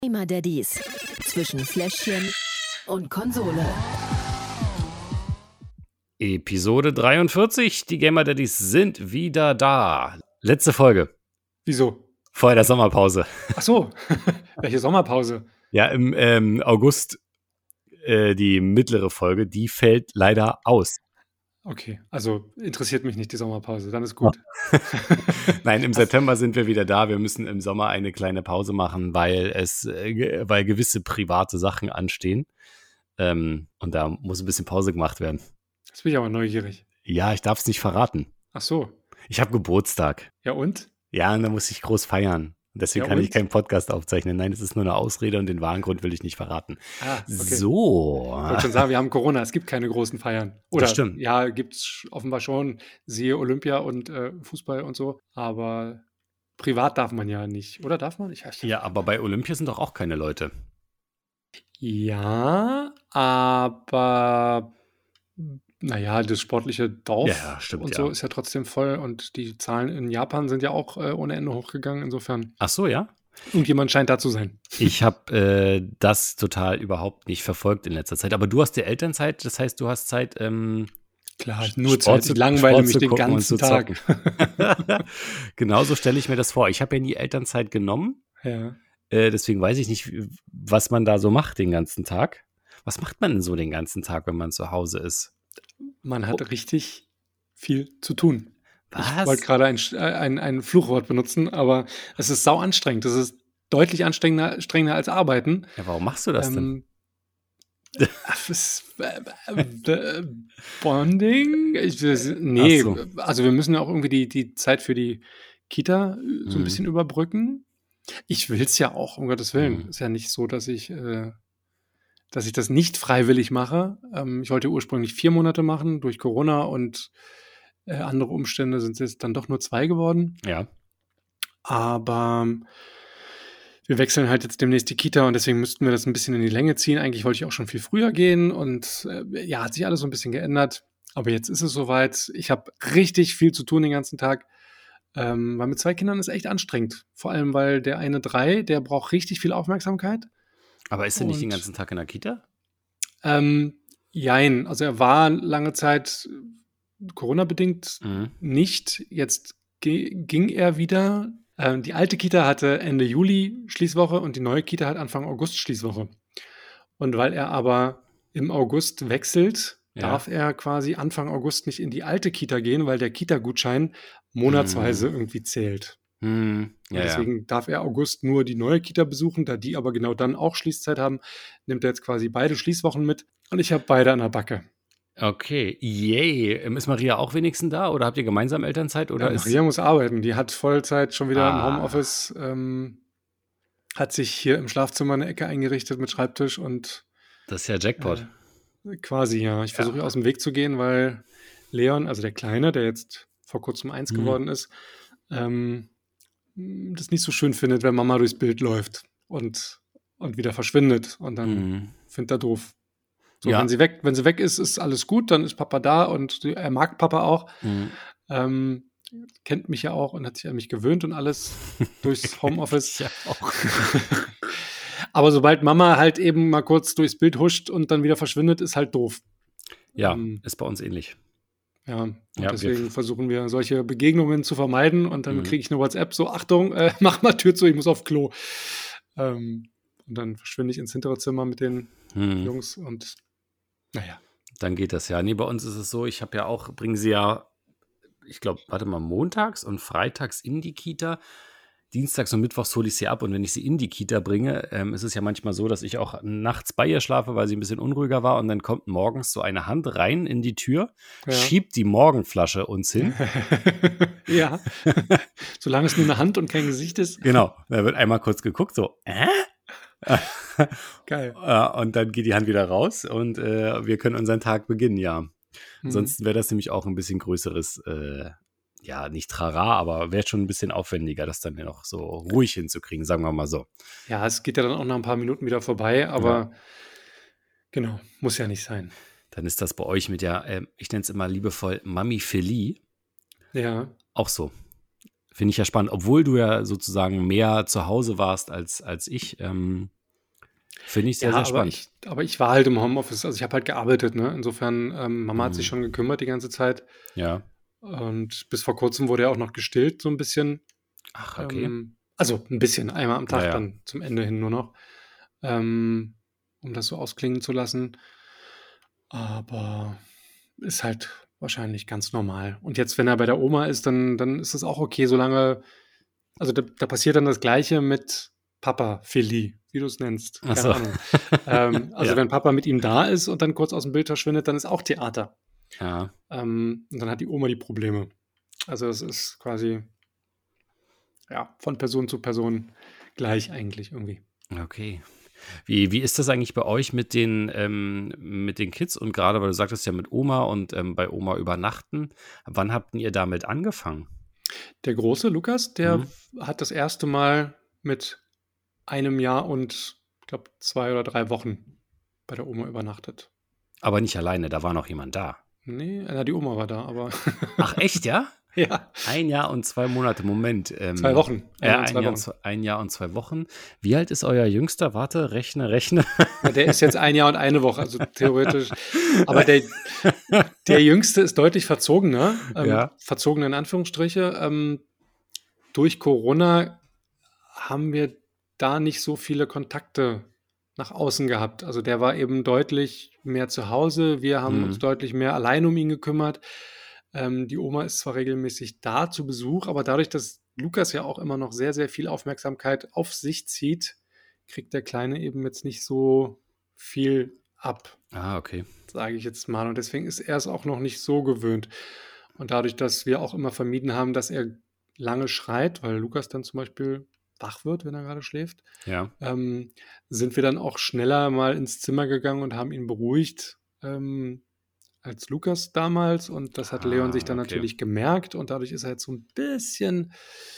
Gamer Daddies zwischen Fläschchen und Konsole. Episode 43, die Gamer Daddies sind wieder da. Letzte Folge. Wieso? Vor der Sommerpause. Ach so, welche Sommerpause? Ja, im August die mittlere Folge, die fällt leider aus. Okay, also interessiert mich nicht die Sommerpause, dann ist gut. Nein, im September sind wir wieder da. Wir müssen im Sommer eine kleine Pause machen, weil gewisse private Sachen anstehen. Und da muss ein bisschen Pause gemacht werden. Jetzt bin ich aber neugierig. Ja, ich darf es nicht verraten. Ach so. Ich habe Geburtstag. Ja und? Ja, und da muss ich groß feiern. Und deswegen kann ich keinen Podcast aufzeichnen. Nein, es ist nur eine Ausrede und den wahren Grund will ich nicht verraten. Okay. So. Ich wollte schon sagen, wir haben Corona, es gibt keine großen Feiern. Oder, Das stimmt. Ja, gibt es offenbar schon, siehe Olympia und Fußball und so. Aber privat darf man ja nicht. Oder darf man? Ja, aber bei Olympia sind doch auch keine Leute. Ja, aber naja, das sportliche Dorf Ja, stimmt, und so ja. ist ja trotzdem voll und die Zahlen in Japan sind ja auch ohne Ende hochgegangen. Insofern, Ach so, ja? irgendjemand scheint da zu sein. Ich habe das total überhaupt nicht verfolgt in letzter Zeit. Aber du hast die Elternzeit, das heißt, du hast Zeit, Klar, nur Sport Zeit. zu- Ich langweile Sport mich zu den gucken und ganzen zu Tag. Genauso stelle ich mir das vor. Ich habe ja nie Elternzeit genommen. Ja. Deswegen weiß ich nicht, was man da so macht den ganzen Tag. Was macht man denn so den ganzen Tag, wenn man zu Hause ist? Man hat richtig viel zu tun. Ich Was? wollte gerade ein Fluchwort benutzen, aber es ist sau anstrengend. Es ist deutlich anstrengender als Arbeiten. Ja, warum machst du das denn? Bonding? Nee, Ach so. also wir müssen ja auch irgendwie die Zeit für die Kita so ein Mhm. bisschen überbrücken. Ich will es ja auch, um Gottes Willen. Mhm. Ist ja nicht so, dass ich das nicht freiwillig mache. Ich wollte ursprünglich 4 Monate machen. Durch Corona und andere Umstände sind es jetzt dann doch nur 2 geworden. Ja. Aber wir wechseln halt jetzt demnächst die Kita und deswegen müssten wir das ein bisschen in die Länge ziehen. Eigentlich wollte ich auch schon viel früher gehen und ja, hat sich alles so ein bisschen geändert. Aber jetzt ist es soweit. Ich habe richtig viel zu tun den ganzen Tag. Weil mit 2 Kindern ist echt anstrengend. Vor allem, weil der eine 3, der braucht richtig viel Aufmerksamkeit. Aber ist er nicht den Und- ganzen Tag in der Kita? Jein. Also er war lange Zeit Corona-bedingt Mhm. nicht. Jetzt ging er wieder. Die alte Kita hatte Ende Juli Schließwoche und die neue Kita hat Anfang August Schließwoche. Und weil er aber im August wechselt, Ja. darf er quasi Anfang August nicht in die alte Kita gehen, weil der Kita-Gutschein monatsweise irgendwie zählt. Mhm. Und Ja, ja. deswegen darf er August nur die neue Kita besuchen, da die aber genau dann auch Schließzeit haben, nimmt er jetzt quasi beide Schließwochen mit und ich habe beide an der Backe. Okay, yay. Ist Maria auch wenigstens da oder habt ihr gemeinsam Elternzeit? Oder Ja, Maria muss arbeiten, die hat Vollzeit schon wieder im Ah. Homeoffice, hat sich hier im Schlafzimmer eine Ecke eingerichtet mit Schreibtisch und das ist ja Jackpot. quasi, ja. Ich versuche Ja. aus dem Weg zu gehen, weil Leon, also der Kleine, der jetzt vor kurzem 1 geworden ist, das nicht so schön findet, wenn Mama durchs Bild läuft und wieder verschwindet und dann Mhm. findet er doof. So, Ja. wenn sie weg ist, ist alles gut, dann ist Papa da und er mag Papa auch. Mhm. Kennt mich ja auch und hat sich an mich gewöhnt und alles durchs Homeoffice. Ja, auch. Aber sobald Mama halt eben mal kurz durchs Bild huscht und dann wieder verschwindet, ist halt doof. Ja, ist bei uns ähnlich. Ja, und Ja, deswegen versuchen wir solche Begegnungen zu vermeiden und dann Mhm. kriege ich eine WhatsApp, so Achtung, mach mal Tür zu, ich muss auf Klo. Und dann verschwinde ich ins hintere Zimmer mit den Mhm. Jungs und naja. Dann geht das ja. Nee, bei uns ist es so, ich habe ja auch, bringen sie ja, ich glaube, montags und freitags in die Kita. Dienstags und mittwochs hole ich sie ab und wenn ich sie in die Kita bringe, ist es ja manchmal so, dass ich auch nachts bei ihr schlafe, weil sie ein bisschen unruhiger war und dann kommt morgens so eine Hand rein in die Tür, Ja. schiebt die Morgenflasche uns hin. Ja, solange es nur eine Hand und kein Gesicht ist. Genau, da wird einmal kurz geguckt, so, Geil. und dann geht die Hand wieder raus und wir können unseren Tag beginnen, ja. Ansonsten wäre das nämlich auch ein bisschen größeres, ja, nicht Trara, aber wäre schon ein bisschen aufwendiger, das dann noch so ruhig hinzukriegen, sagen wir mal so. Ja, es geht ja dann auch nach ein paar Minuten wieder vorbei, aber genau, muss ja nicht sein. Dann ist das bei euch mit der, ich nenne es immer liebevoll Mamiphilie, Ja, auch so. Finde ich ja spannend, obwohl du ja sozusagen mehr zu Hause warst als ich. Finde ich sehr, Ja, sehr spannend. aber ich war halt im Homeoffice, also ich habe halt gearbeitet, ne? Insofern, Mama hat sich Mhm. schon gekümmert die ganze Zeit. Ja. Und bis vor kurzem wurde er auch noch gestillt, so ein bisschen. Ach, okay. Also ein bisschen, einmal am Tag Ja. dann zum Ende hin nur noch, um das so ausklingen zu lassen. Aber ist halt wahrscheinlich ganz normal. Und jetzt, wenn er bei der Oma ist, dann ist es auch okay, solange, also da passiert dann das Gleiche mit Papa Feli, wie du es nennst. Ach Keine so. Ahnung. Also Ja. wenn Papa mit ihm da ist und dann kurz aus dem Bild verschwindet, dann ist auch Theater. Ja. Und dann hat die Oma die Probleme. Also es ist quasi, ja, von Person zu Person gleich eigentlich irgendwie. Okay. Wie ist das eigentlich bei euch mit den Kids und gerade, weil du sagtest ja mit Oma und bei Oma übernachten. Wann habt ihr damit angefangen? Der große Lukas, der Mhm. hat das erste Mal mit 1 Jahr und, ich glaube, 2 oder 3 Wochen bei der Oma übernachtet. Aber nicht alleine, da war noch jemand da. Nee, die Oma war da, aber Ach, echt, ja? ja, 1 Jahr und 2 Monate, Moment. 2 Wochen. 1 Jahr und 2 Wochen. 1 Jahr und 2 Wochen. Wie alt ist euer Jüngster? Warte, rechne. Ja, der ist jetzt 1 Jahr und 1 Woche, also theoretisch. Aber der Jüngste ist deutlich verzogener, Ja. verzogen in Anführungsstriche. Durch Corona haben wir da nicht so viele Kontakte nach außen gehabt. Also der war eben deutlich mehr zu Hause. Wir haben uns deutlich mehr allein um ihn gekümmert. Die Oma ist zwar regelmäßig da zu Besuch, aber dadurch, dass Lukas ja auch immer noch sehr, sehr viel Aufmerksamkeit auf sich zieht, kriegt der Kleine eben jetzt nicht so viel ab, Ah, okay. sage ich jetzt mal. Und deswegen ist er es auch noch nicht so gewöhnt. Und dadurch, dass wir auch immer vermieden haben, dass er lange schreit, weil Lukas dann zum Beispiel wach wird, wenn er gerade schläft, Ja. sind wir dann auch schneller mal ins Zimmer gegangen und haben ihn beruhigt, als Lukas damals. Und das hat Leon sich dann okay. natürlich gemerkt. Und dadurch ist er jetzt so ein bisschen,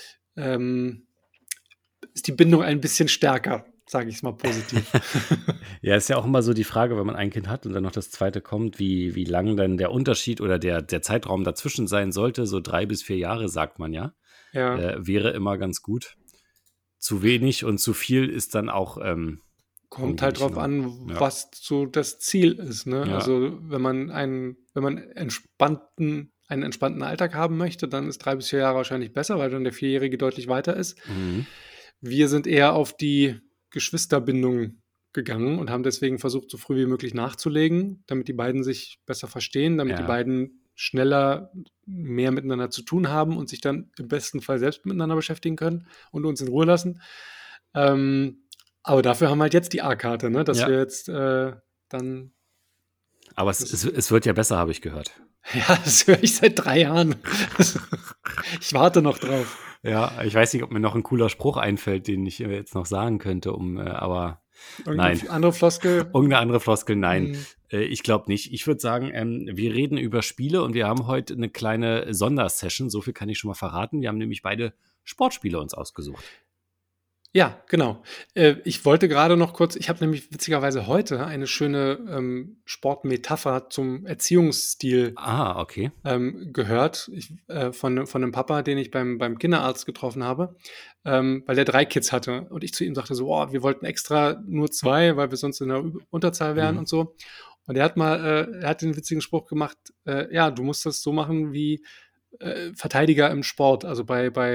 ist die Bindung ein bisschen stärker, sage ich es mal positiv. Ja, ist ja auch immer so die Frage, wenn man ein Kind hat und dann noch das zweite kommt, wie lang dann der Unterschied oder der Zeitraum dazwischen sein sollte. So 3 bis 4 Jahre, sagt man ja. Ja, Wäre immer ganz gut. Zu wenig und zu viel ist dann auch kommt halt irgendwie drauf nicht in Ordnung. an, Ja. was so das Ziel ist, ne? Ja. Also, wenn man einen entspannten Alltag haben möchte, dann ist 3 bis 4 Jahre wahrscheinlich besser, weil dann der Vierjährige deutlich weiter ist. Mhm. Wir sind eher auf die Geschwisterbindung gegangen und haben deswegen versucht, so früh wie möglich nachzulegen, damit die beiden sich besser verstehen, damit die Ja. beiden schneller mehr miteinander zu tun haben und sich dann im besten Fall selbst miteinander beschäftigen können und uns in Ruhe lassen. Aber dafür haben wir halt jetzt die A-Karte, ne? Dass Ja. wir jetzt dann, Aber es wird ja besser, habe ich gehört. ja, das höre ich seit 3 Jahren. Ich warte noch drauf. Ja, ich weiß nicht, ob mir noch ein cooler Spruch einfällt, den ich jetzt noch sagen könnte, aber Irgendeine nein. andere Floskel? Irgendeine andere Floskel, nein. Hm. Ich glaube nicht. Ich würde sagen, wir reden über Spiele und wir haben heute eine kleine Sondersession. So viel kann ich schon mal verraten. Wir haben nämlich beide Sportspiele uns ausgesucht. Ja, genau. Ich wollte gerade noch kurz, ich habe nämlich witzigerweise heute eine schöne Sportmetapher zum Erziehungsstil Ah, okay. gehört von einem Papa, den ich beim Kinderarzt getroffen habe, weil der 3 Kids hatte. Und ich zu ihm sagte so, oh, wir wollten extra nur 2, weil wir sonst in der Unterzahl wären und so. Und er hat den witzigen Spruch gemacht, ja, du musst das so machen wie Verteidiger im Sport. Also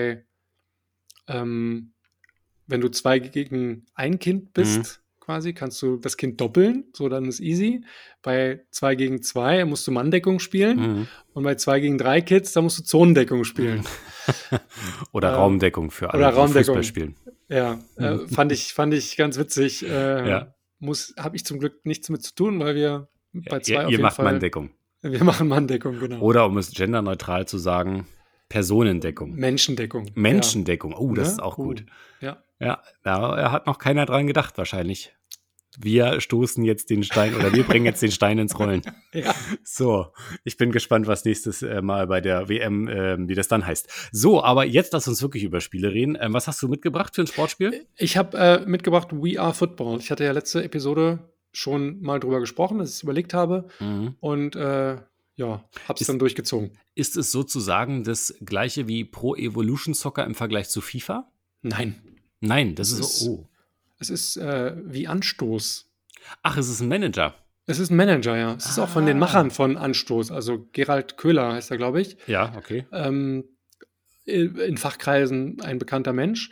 wenn du 2 gegen 1 Kind bist, quasi, kannst du das Kind doppeln, so dann ist easy. Bei 2 gegen 2 musst du Manndeckung spielen und bei 2 gegen 3 Kids, da musst du Zonendeckung spielen. Oder Raumdeckung für alle, oder die Raumdeckung. Fußball spielen. Ja, fand ich ganz witzig. Ja. Habe ich zum Glück nichts mit zu tun, weil wir bei 2 auf Ihr jeden macht Fall. Manndeckung. Wir machen Manndeckung, genau. Oder um es genderneutral zu sagen, Personendeckung. Menschendeckung. Menschendeckung. Oh, das Ne? ist auch gut. Ja. Ja, da hat noch keiner dran gedacht wahrscheinlich. Wir stoßen jetzt den Stein oder wir bringen jetzt den Stein ins Rollen. Ja. So, ich bin gespannt, was nächstes Mal bei der WM, wie das dann heißt. So, aber jetzt lass uns wirklich über Spiele reden. Was hast du mitgebracht für ein Sportspiel? Ich habe mitgebracht We Are Football. Ich hatte ja letzte Episode schon mal drüber gesprochen, dass ich es überlegt habe. Und ja, hab's Ist, dann durchgezogen. ist es sozusagen das gleiche wie Pro Evolution Soccer im Vergleich zu FIFA? Nein, Nein, das es ist so. ist, Oh. es ist wie Anstoß. Ach, es ist ein Manager. Es ist ein Manager, ja. Es ist auch von den Machern Ah. von Anstoß. Also Gerald Köhler heißt er, glaube ich. Ja, okay. In Fachkreisen ein bekannter Mensch.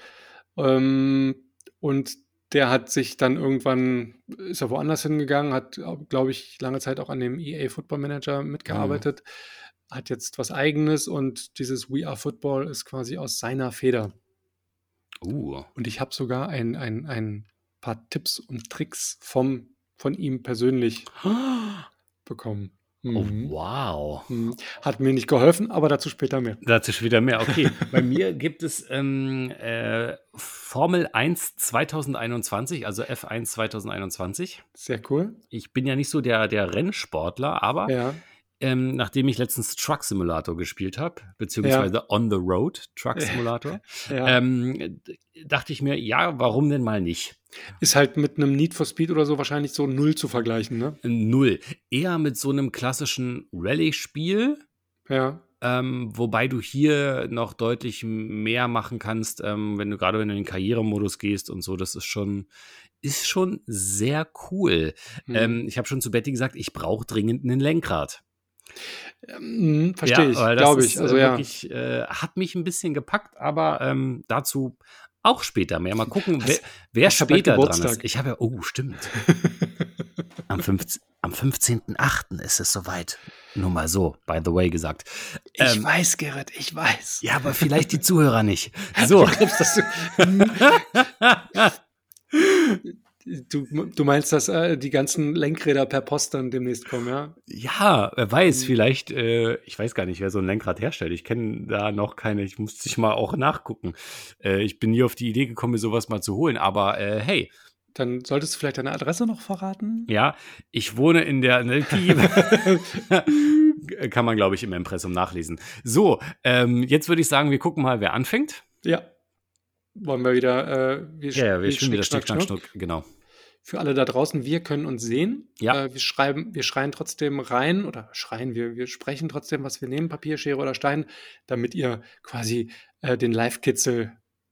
Und der hat sich dann irgendwann, ist er woanders hingegangen, hat, glaube ich, lange Zeit auch an dem EA Football Manager mitgearbeitet, hat jetzt was Eigenes und dieses We Are Football ist quasi aus seiner Feder. Und ich habe sogar ein paar Tipps und Tricks von ihm persönlich bekommen. Oh, wow. Hat mir nicht geholfen, aber dazu später mehr. Dazu später mehr, okay. Bei mir gibt es Formel 1 2021, also F1 2021. Sehr cool. Ich bin ja nicht so der Rennsportler, aber Ja, nachdem ich letztens Truck Simulator gespielt habe, beziehungsweise On the Road Truck Simulator, ja. dachte ich mir, ja, warum denn mal nicht? Ist halt mit einem Need for Speed oder so wahrscheinlich so 0 zu vergleichen, ne? Null. Eher mit so einem klassischen Rallye-Spiel, Ja. wobei du hier noch deutlich mehr machen kannst, wenn du in den Karrieremodus gehst und so. Das ist schon sehr cool. Ich habe schon zu Betty gesagt, ich brauche dringend ein Lenkrad. Verstehe ich, weil das glaube ist ich. Also ja, wirklich, hat mich ein bisschen gepackt, aber dazu auch später mehr. Mal gucken, wer hast ja bald später dran ist. Geburtstag. Ich habe ja, oh, stimmt. Am 15.08. ist es soweit. Nur mal so, by the way gesagt. Ich weiß, Gerrit, ich weiß. Ja, aber vielleicht die Zuhörer nicht. So. Du glaubst, dass du meinst, dass die ganzen Lenkräder per Post dann demnächst kommen, ja? Ja, wer weiß, vielleicht, ich weiß gar nicht, wer so ein Lenkrad herstellt. Ich kenne da noch keine, ich muss sich mal auch nachgucken. Ich bin nie auf die Idee gekommen, mir sowas mal zu holen, aber hey. Dann solltest du vielleicht deine Adresse noch verraten? Ja, ich wohne in der kann man, glaube ich, im Impressum nachlesen. So, jetzt würde ich sagen, wir gucken mal, wer anfängt. Ja. Wollen wir wieder wir spielen wieder Schnick, Schnack, Schnuck, genau. Für alle da draußen, wir können uns sehen. Ja. Wir schreien trotzdem rein oder wir sprechen trotzdem, was wir nehmen, Papier, Schere oder Stein, damit ihr quasi den Live-Kitzel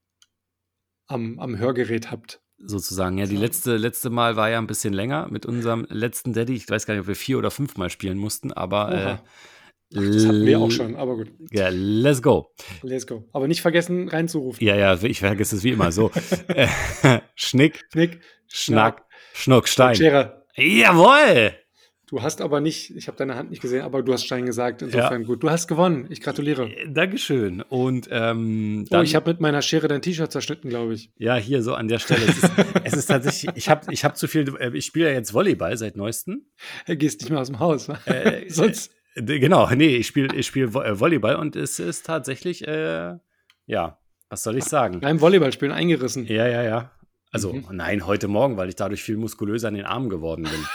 am Hörgerät habt. Sozusagen, ja, die letzte Mal war ja ein bisschen länger mit unserem letzten Daddy. Ich weiß gar nicht, ob wir 4 oder 5 Mal spielen mussten, aber das hatten wir auch schon, aber gut. Ja, let's go. Let's go. Aber nicht vergessen, reinzurufen. Ja, ich vergesse es wie immer so. Schnick, Schnack, Schnuck, Stein. Schere. Jawohl! Du hast aber nicht, ich habe deine Hand nicht gesehen, aber du hast Stein gesagt. Insofern gut. Du hast gewonnen. Ich gratuliere. Dankeschön. Und dann, ich habe mit meiner Schere dein T-Shirt zerschnitten, glaube ich. Ja, hier so an der Stelle. Es ist tatsächlich, ich hab zu viel, ich spiele ja jetzt Volleyball seit neuestem. Gehst nicht mehr aus dem Haus. Sonst. Genau, nee, ich spiel Volleyball und es ist tatsächlich, ja, was soll ich sagen? Beim Volleyballspielen eingerissen. Ja. Also, nein, heute Morgen, weil ich dadurch viel muskulöser an den Armen geworden bin.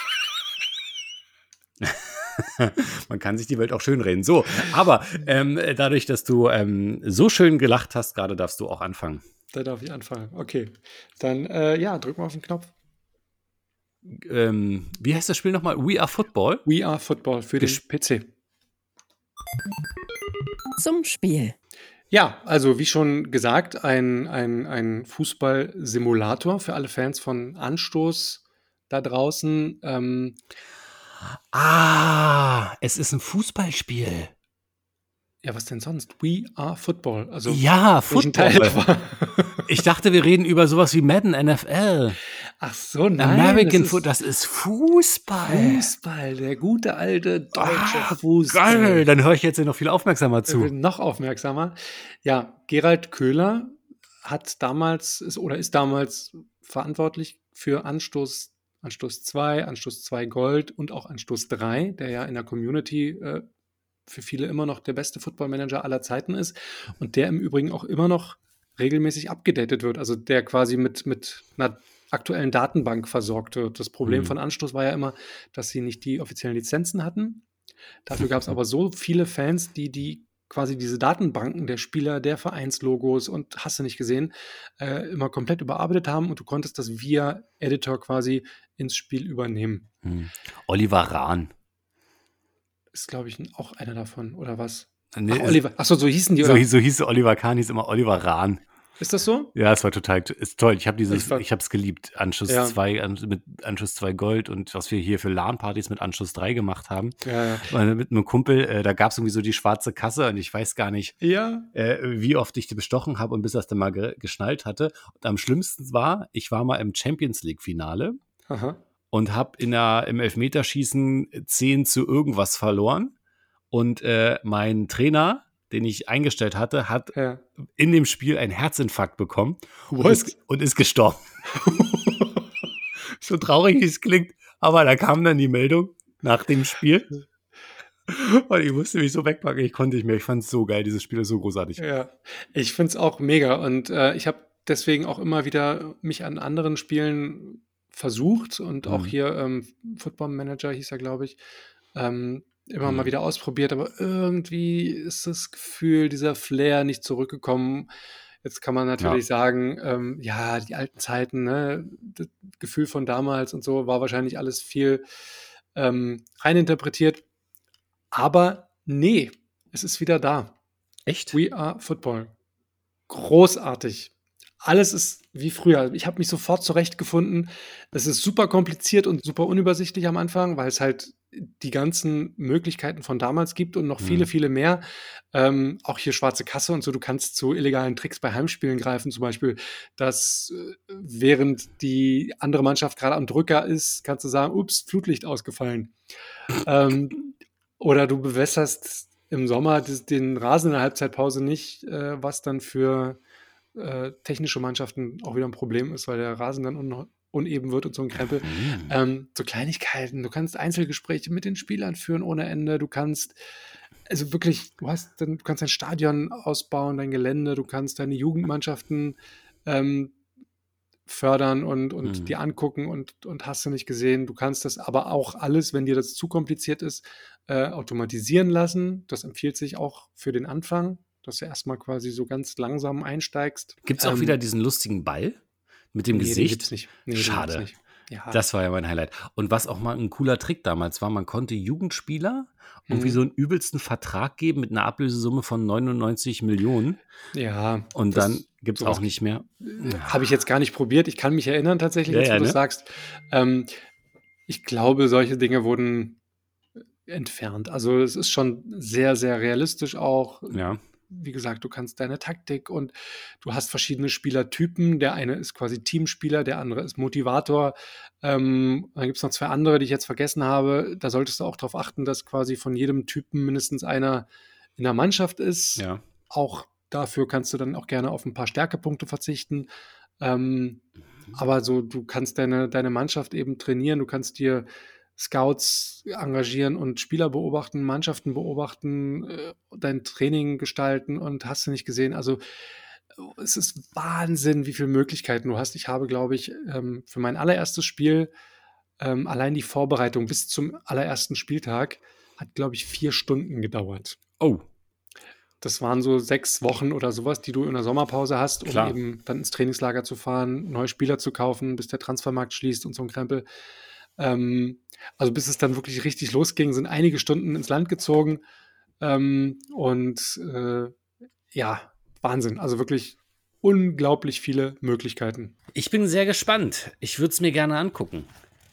Man kann sich die Welt auch schön reden. So, aber dadurch, dass du so schön gelacht hast, gerade darfst du auch anfangen. Da darf ich anfangen. Okay. Dann, drück mal auf den Knopf. Wie heißt das Spiel nochmal? We Are Football? We Are Football für den PC. Zum Spiel. Ja, also wie schon gesagt, ein Fußball-Simulator für alle Fans von Anstoß da draußen. Es ist ein Fußballspiel. Ja, was denn sonst? We Are Football. Also ja, Football. Ich dachte, wir reden über sowas wie Madden NFL. Ach so, nein. American Football, das ist Fußball. Fußball, der gute alte deutsche Fußball. Geil, dann höre ich jetzt noch viel aufmerksamer zu. Noch aufmerksamer. Ja, Gerald Köhler ist damals verantwortlich für Anstoß 2, Anstoß 2 Gold und auch Anstoß 3, der ja in der Community für viele immer noch der beste Footballmanager aller Zeiten ist und der im Übrigen auch immer noch regelmäßig abgedatet wird, also der quasi mit einer aktuellen Datenbank versorgt wird. Das Problem von Anstoß war ja immer, dass sie nicht die offiziellen Lizenzen hatten. Dafür gab es aber so viele Fans, die quasi diese Datenbanken der Spieler, der Vereinslogos und hast du nicht gesehen, immer komplett überarbeitet haben und du konntest das via Editor quasi ins Spiel übernehmen. Oliver Rahn. ist, glaube ich, auch einer davon, oder was? Nee, Ach, Oliver. Achso, so hießen die, so, oder? so hieß Oliver Kahn, hieß immer Oliver Rahn. Ist das so? Ja, es war ist toll. Ich habe Ich war, es geliebt. Anschluss ja, 2 mit Anschluss 2 Gold und was wir hier für LAN-Partys mit Anschluss 3 gemacht haben. ja, Weil mit einem Kumpel, da gab es irgendwie so die schwarze Kasse und ich weiß gar nicht, ja. wie oft ich die bestochen habe und bis das dann mal geschnallt hatte. Und am schlimmsten war, ich war mal im Champions League-Finale Aha. und habe im Elfmeterschießen 10 zu irgendwas verloren. Und mein Trainer, den ich eingestellt hatte, hat Ja. in dem Spiel einen Herzinfarkt bekommen What? und ist gestorben. So traurig, wie es klingt. Aber da kam dann die Meldung nach dem Spiel. Und ich musste mich so wegpacken, ich konnte nicht mehr. Ich fand es so geil, dieses Spiel ist so großartig. Ja, ich finde es auch mega. Und ich habe deswegen auch immer wieder mich an anderen Spielen versucht und auch hier Football Manager hieß er, glaube ich, immer mal wieder ausprobiert. Aber irgendwie ist das Gefühl, dieser Flair nicht zurückgekommen. Jetzt kann man natürlich sagen, ja, die alten Zeiten, ne, das Gefühl von damals und so war wahrscheinlich alles viel reininterpretiert. Aber nee, es ist wieder da. Echt? We Are Football. Großartig. Alles ist wie früher. Ich habe mich sofort zurechtgefunden. Es ist super kompliziert und super unübersichtlich am Anfang, weil es halt die ganzen Möglichkeiten von damals gibt und noch viele, viele mehr. Auch hier schwarze Kasse und so. Du kannst zu illegalen Tricks bei Heimspielen greifen, zum Beispiel, dass während die andere Mannschaft gerade am Drücker ist, kannst du sagen, ups, Flutlicht ausgefallen. Oder du bewässerst im Sommer den Rasen in der Halbzeitpause nicht, was dann für technische Mannschaften auch wieder ein Problem ist, weil der Rasen dann uneben wird und so ein Krempel. So Kleinigkeiten. Du kannst Einzelgespräche mit den Spielern führen ohne Ende. Du kannst, also wirklich, du kannst dein Stadion ausbauen, dein Gelände, du kannst deine Jugendmannschaften fördern und dir angucken und hast du nicht gesehen. Du kannst das aber auch alles, wenn dir das zu kompliziert ist, automatisieren lassen. Das empfiehlt sich auch für den Anfang, dass du erstmal quasi so ganz langsam einsteigst. Gibt es auch wieder diesen lustigen Ball mit dem Nee, den Gesicht? gibt's nicht. Nee, Schade. Den gibt's nicht. Ja. Das war ja mein Highlight. Und was auch mal ein cooler Trick damals war, man konnte Jugendspieler irgendwie so einen übelsten Vertrag geben mit einer Ablösesumme von 99 Millionen. Ja. Und dann gibt es auch nicht mehr. Habe ich jetzt gar nicht probiert. Ich kann mich erinnern tatsächlich, Ja, als ja, du das ne? sagst. Ich glaube, solche Dinge wurden entfernt. Also es ist schon sehr, sehr realistisch auch. Ja. Wie gesagt, du kannst deine Taktik und du hast verschiedene Spielertypen. Der eine ist quasi Teamspieler, der andere ist Motivator. Dann gibt es noch 2 andere, die ich jetzt vergessen habe. Da solltest du auch darauf achten, dass quasi von jedem Typen mindestens einer in der Mannschaft ist. Ja. Auch dafür kannst du dann auch gerne auf ein paar Stärkepunkte verzichten. Aber so, du kannst deine Mannschaft eben trainieren, du kannst dir Scouts engagieren und Spieler beobachten, Mannschaften beobachten, dein Training gestalten und hast du nicht gesehen. Also es ist Wahnsinn, wie viele Möglichkeiten du hast. Ich habe, glaube ich, für mein allererstes Spiel allein die Vorbereitung bis zum allerersten Spieltag hat, glaube ich, 4 Stunden gedauert. Oh. Das waren so 6 Wochen oder sowas, die du in der Sommerpause hast, um Klar. eben dann ins Trainingslager zu fahren, neue Spieler zu kaufen, bis der Transfermarkt schließt und so ein Krempel. Also bis es dann wirklich richtig losging, sind einige Stunden ins Land gezogen. Ja, Wahnsinn. Also wirklich unglaublich viele Möglichkeiten. Ich bin sehr gespannt. Ich würde es mir gerne angucken.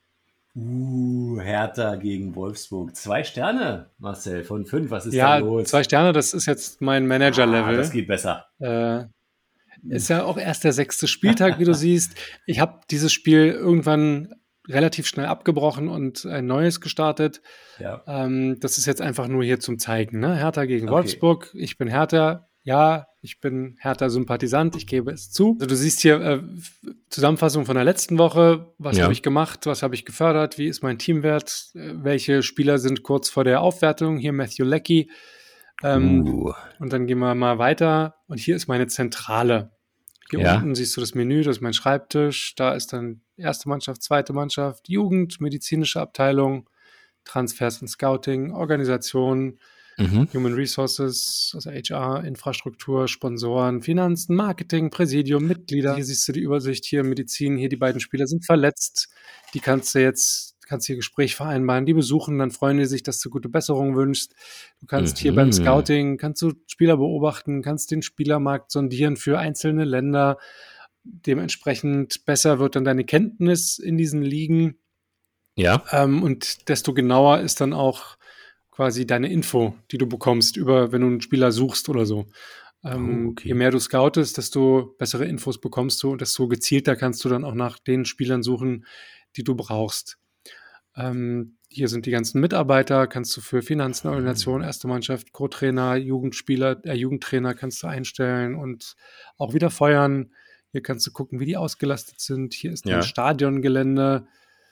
Hertha gegen Wolfsburg. 2 Sterne, Marcel, von 5. Was ist da los? 2 Sterne, das ist jetzt mein Manager-Level. Das geht besser. Ist ja auch erst der 6. Spieltag, wie du siehst. Ich habe dieses Spiel irgendwann relativ schnell abgebrochen und ein neues gestartet. Ja. Das ist jetzt einfach nur hier zum Zeigen. Ne? Hertha gegen Wolfsburg. Ich bin Hertha. Ja, ich bin Hertha-Sympathisant. Ich gebe es zu. Also du siehst hier Zusammenfassung von der letzten Woche. Was habe ich gemacht? Was habe ich gefördert? Wie ist mein Teamwert? Welche Spieler sind kurz vor der Aufwertung? Hier Matthew Leckie. Und dann gehen wir mal weiter. Und hier ist meine Zentrale. Hier unten siehst du das Menü, das ist mein Schreibtisch. Da ist dann erste Mannschaft, zweite Mannschaft, Jugend, medizinische Abteilung, Transfers und Scouting, Organisation, Human Resources, also HR, Infrastruktur, Sponsoren, Finanzen, Marketing, Präsidium, Mitglieder. Hier siehst du die Übersicht, hier Medizin, hier die beiden Spieler sind verletzt. Die kannst du jetzt kannst hier Gespräch vereinbaren, die besuchen, dann freuen die sich, dass du gute Besserung wünschst. Du kannst hier beim Scouting, kannst du Spieler beobachten, kannst den Spielermarkt sondieren für einzelne Länder. Dementsprechend besser wird dann deine Kenntnis in diesen Ligen. Ja. Und desto genauer ist dann auch quasi deine Info, die du bekommst, wenn du einen Spieler suchst oder so. Okay. Je mehr du scoutest, desto bessere Infos bekommst du und desto gezielter kannst du dann auch nach den Spielern suchen, die du brauchst. Hier sind die ganzen Mitarbeiter, kannst du für Finanzen, Organisation, erste Mannschaft, Co-Trainer, Jugendtrainer kannst du einstellen und auch wieder feuern. Hier kannst du gucken, wie die ausgelastet sind. Hier ist ein Stadiongelände.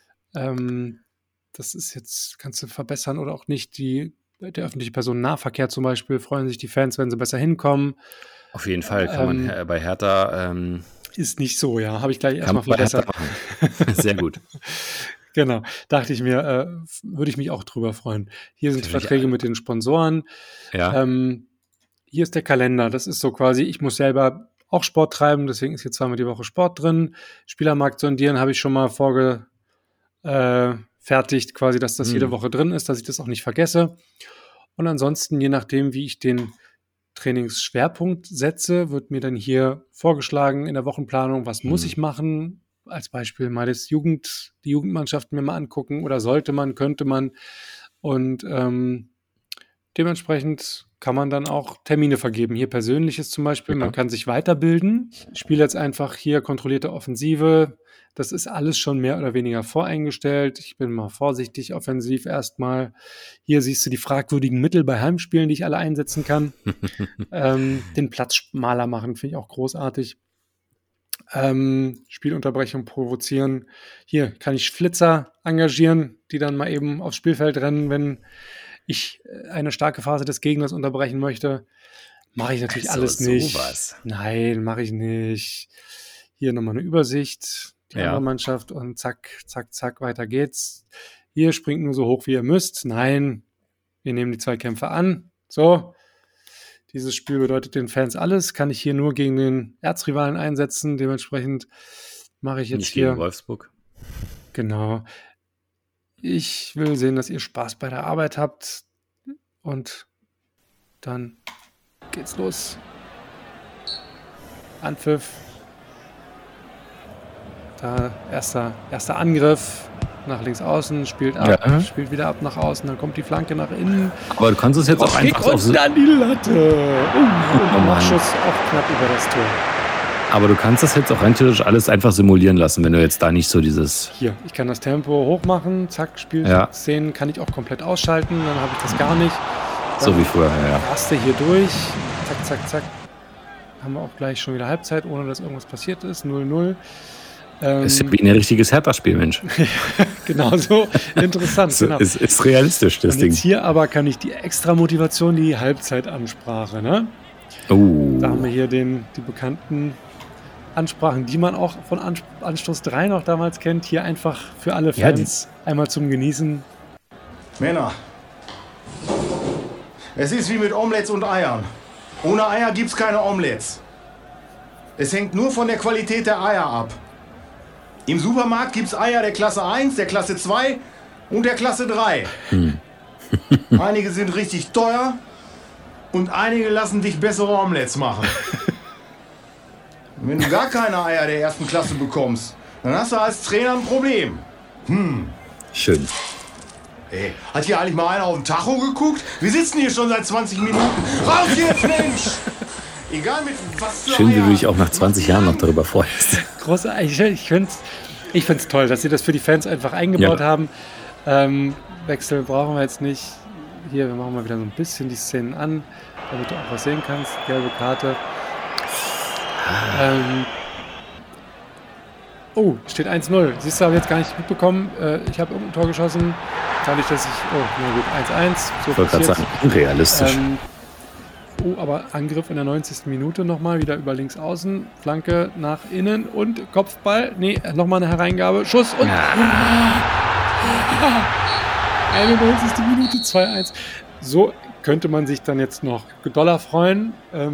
Das ist jetzt, kannst du verbessern oder auch nicht. Der öffentliche Personennahverkehr zum Beispiel, freuen sich die Fans, wenn sie besser hinkommen. Auf jeden Fall kann man bei Hertha ist nicht so, ja. Habe ich gleich erstmal verbessert. Sehr gut. Genau, dachte ich mir, würde ich mich auch drüber freuen. Hier sind Verträge mit den Sponsoren. Ja. Hier ist der Kalender. Das ist so quasi, ich muss selber auch Sport treiben, deswegen ist hier zweimal die Woche Sport drin. Spielermarkt sondieren habe ich schon mal fertigt, quasi, dass das jede Woche drin ist, dass ich das auch nicht vergesse. Und ansonsten, je nachdem, wie ich den Trainingsschwerpunkt setze, wird mir dann hier vorgeschlagen in der Wochenplanung, was muss ich machen. Als Beispiel mal die Jugendmannschaften mir mal angucken oder könnte man. Und dementsprechend kann man dann auch Termine vergeben. Hier Persönliches zum Beispiel, man kann sich weiterbilden. Ich spiele jetzt einfach hier kontrollierte Offensive. Das ist alles schon mehr oder weniger voreingestellt. Ich bin mal vorsichtig offensiv erstmal. Hier siehst du die fragwürdigen Mittel bei Heimspielen, die ich alle einsetzen kann. Den Platz schmaler machen, finde ich auch großartig. Spielunterbrechung provozieren. Hier kann ich Flitzer engagieren, die dann mal eben aufs Spielfeld rennen, wenn ich eine starke Phase des Gegners unterbrechen möchte. Mache ich natürlich alles nicht. Sowas. Nein, mache ich nicht. Hier nochmal eine Übersicht. Die andere Mannschaft und zack, zack, zack, weiter geht's. Hier springt nur so hoch, wie ihr müsst. Nein, wir nehmen die Zweikämpfe an. So, dieses Spiel bedeutet den Fans alles. Kann ich hier nur gegen den Erzrivalen einsetzen. Dementsprechend mache ich jetzt nicht hier. Gegen Wolfsburg. Genau. Ich will sehen, dass ihr Spaß bei der Arbeit habt. Und dann geht's los. Anpfiff. Da erster Angriff nach links außen, spielt wieder ab nach außen, dann kommt die Flanke nach innen. Aber du kannst es jetzt auch einfach und dann die Latte. Und Nachschuss auch knapp über das Tor. Aber du kannst das jetzt auch rein theoretisch alles einfach simulieren lassen, wenn du jetzt da nicht so dieses... Hier, ich kann das Tempo hoch machen, zack, Spielszenen kann ich auch komplett ausschalten, dann habe ich das gar nicht. Dann so wie früher, raste hier durch, zack, zack, zack. Haben wir auch gleich schon wieder Halbzeit, ohne dass irgendwas passiert ist, 0-0. Ist ja wie ein richtiges Hertha-Spiel, Mensch. Genau so, interessant. Genau. Ist realistisch, das Ding. Jetzt hier aber kann ich die extra Motivation, die Halbzeitansprache, ne? Da haben wir hier die bekannten Ansprachen, die man auch von Anstoß 3 noch damals kennt. Hier einfach für alle Fans einmal zum Genießen. Männer, es ist wie mit Omelettes und Eiern. Ohne Eier gibt's keine Omelettes. Es hängt nur von der Qualität der Eier ab. Im Supermarkt gibt's Eier der Klasse 1, der Klasse 2 und der Klasse 3. Einige sind richtig teuer und einige lassen dich bessere Omelettes machen. Wenn du gar keine Eier der ersten Klasse bekommst, dann hast du als Trainer ein Problem. Schön. Ey, hat hier eigentlich mal einer auf den Tacho geguckt? Wir sitzen hier schon seit 20 Minuten. Raus jetzt, Mensch! Egal mit was für Schön, wie Eier. du dich auch nach 20 Jahren noch darüber freust. Großartig. Ich finde es toll, dass sie das für die Fans einfach eingebaut haben. Wechsel brauchen wir jetzt nicht. Hier, wir machen mal wieder so ein bisschen die Szenen an, damit du auch was sehen kannst. Gelbe Karte. Steht 1-0. Siehst du, habe ich jetzt gar nicht mitbekommen. Ich habe irgendein Tor geschossen. Dadurch, dass ich... na gut, 1-1. So ich wollte gerade sagen, unrealistisch. Aber Angriff in der 90. Minute nochmal, wieder über links außen, Flanke nach innen und Kopfball. Nee, nochmal eine Hereingabe, Schuss und... 91. Minute, 2-1. So könnte man sich dann jetzt noch doller freuen.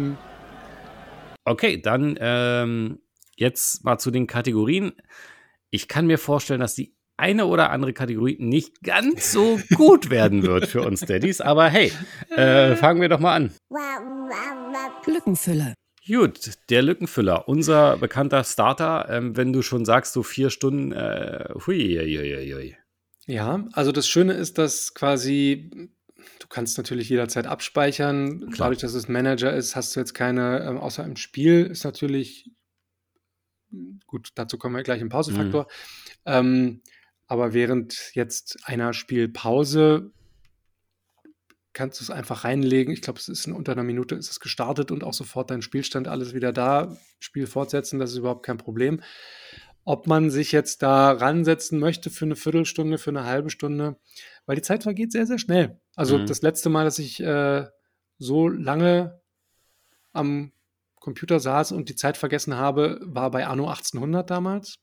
Okay, dann jetzt mal zu den Kategorien. Ich kann mir vorstellen, dass die eine oder andere Kategorie nicht ganz so gut werden wird für uns Daddys. Aber hey, fangen wir doch mal an. Lückenfüller. Gut, der Lückenfüller, unser bekannter Starter. Wenn du schon sagst, so 4 Stunden, hui. Ja, also das Schöne ist, dass quasi, du kannst natürlich jederzeit abspeichern. Klar. Dadurch, dass es Manager ist, hast du jetzt keine, außer im Spiel ist natürlich, gut, dazu kommen wir gleich im Pausefaktor. Aber während jetzt einer Spielpause kannst du es einfach reinlegen. Ich glaube, es ist unter einer Minute ist es gestartet und auch sofort dein Spielstand, alles wieder da, Spiel fortsetzen, das ist überhaupt kein Problem. Ob man sich jetzt da ransetzen möchte für eine Viertelstunde, für eine halbe Stunde, weil die Zeit vergeht sehr, sehr schnell. Also das letzte Mal, dass ich so lange am Computer saß und die Zeit vergessen habe, war bei Anno 1800 damals.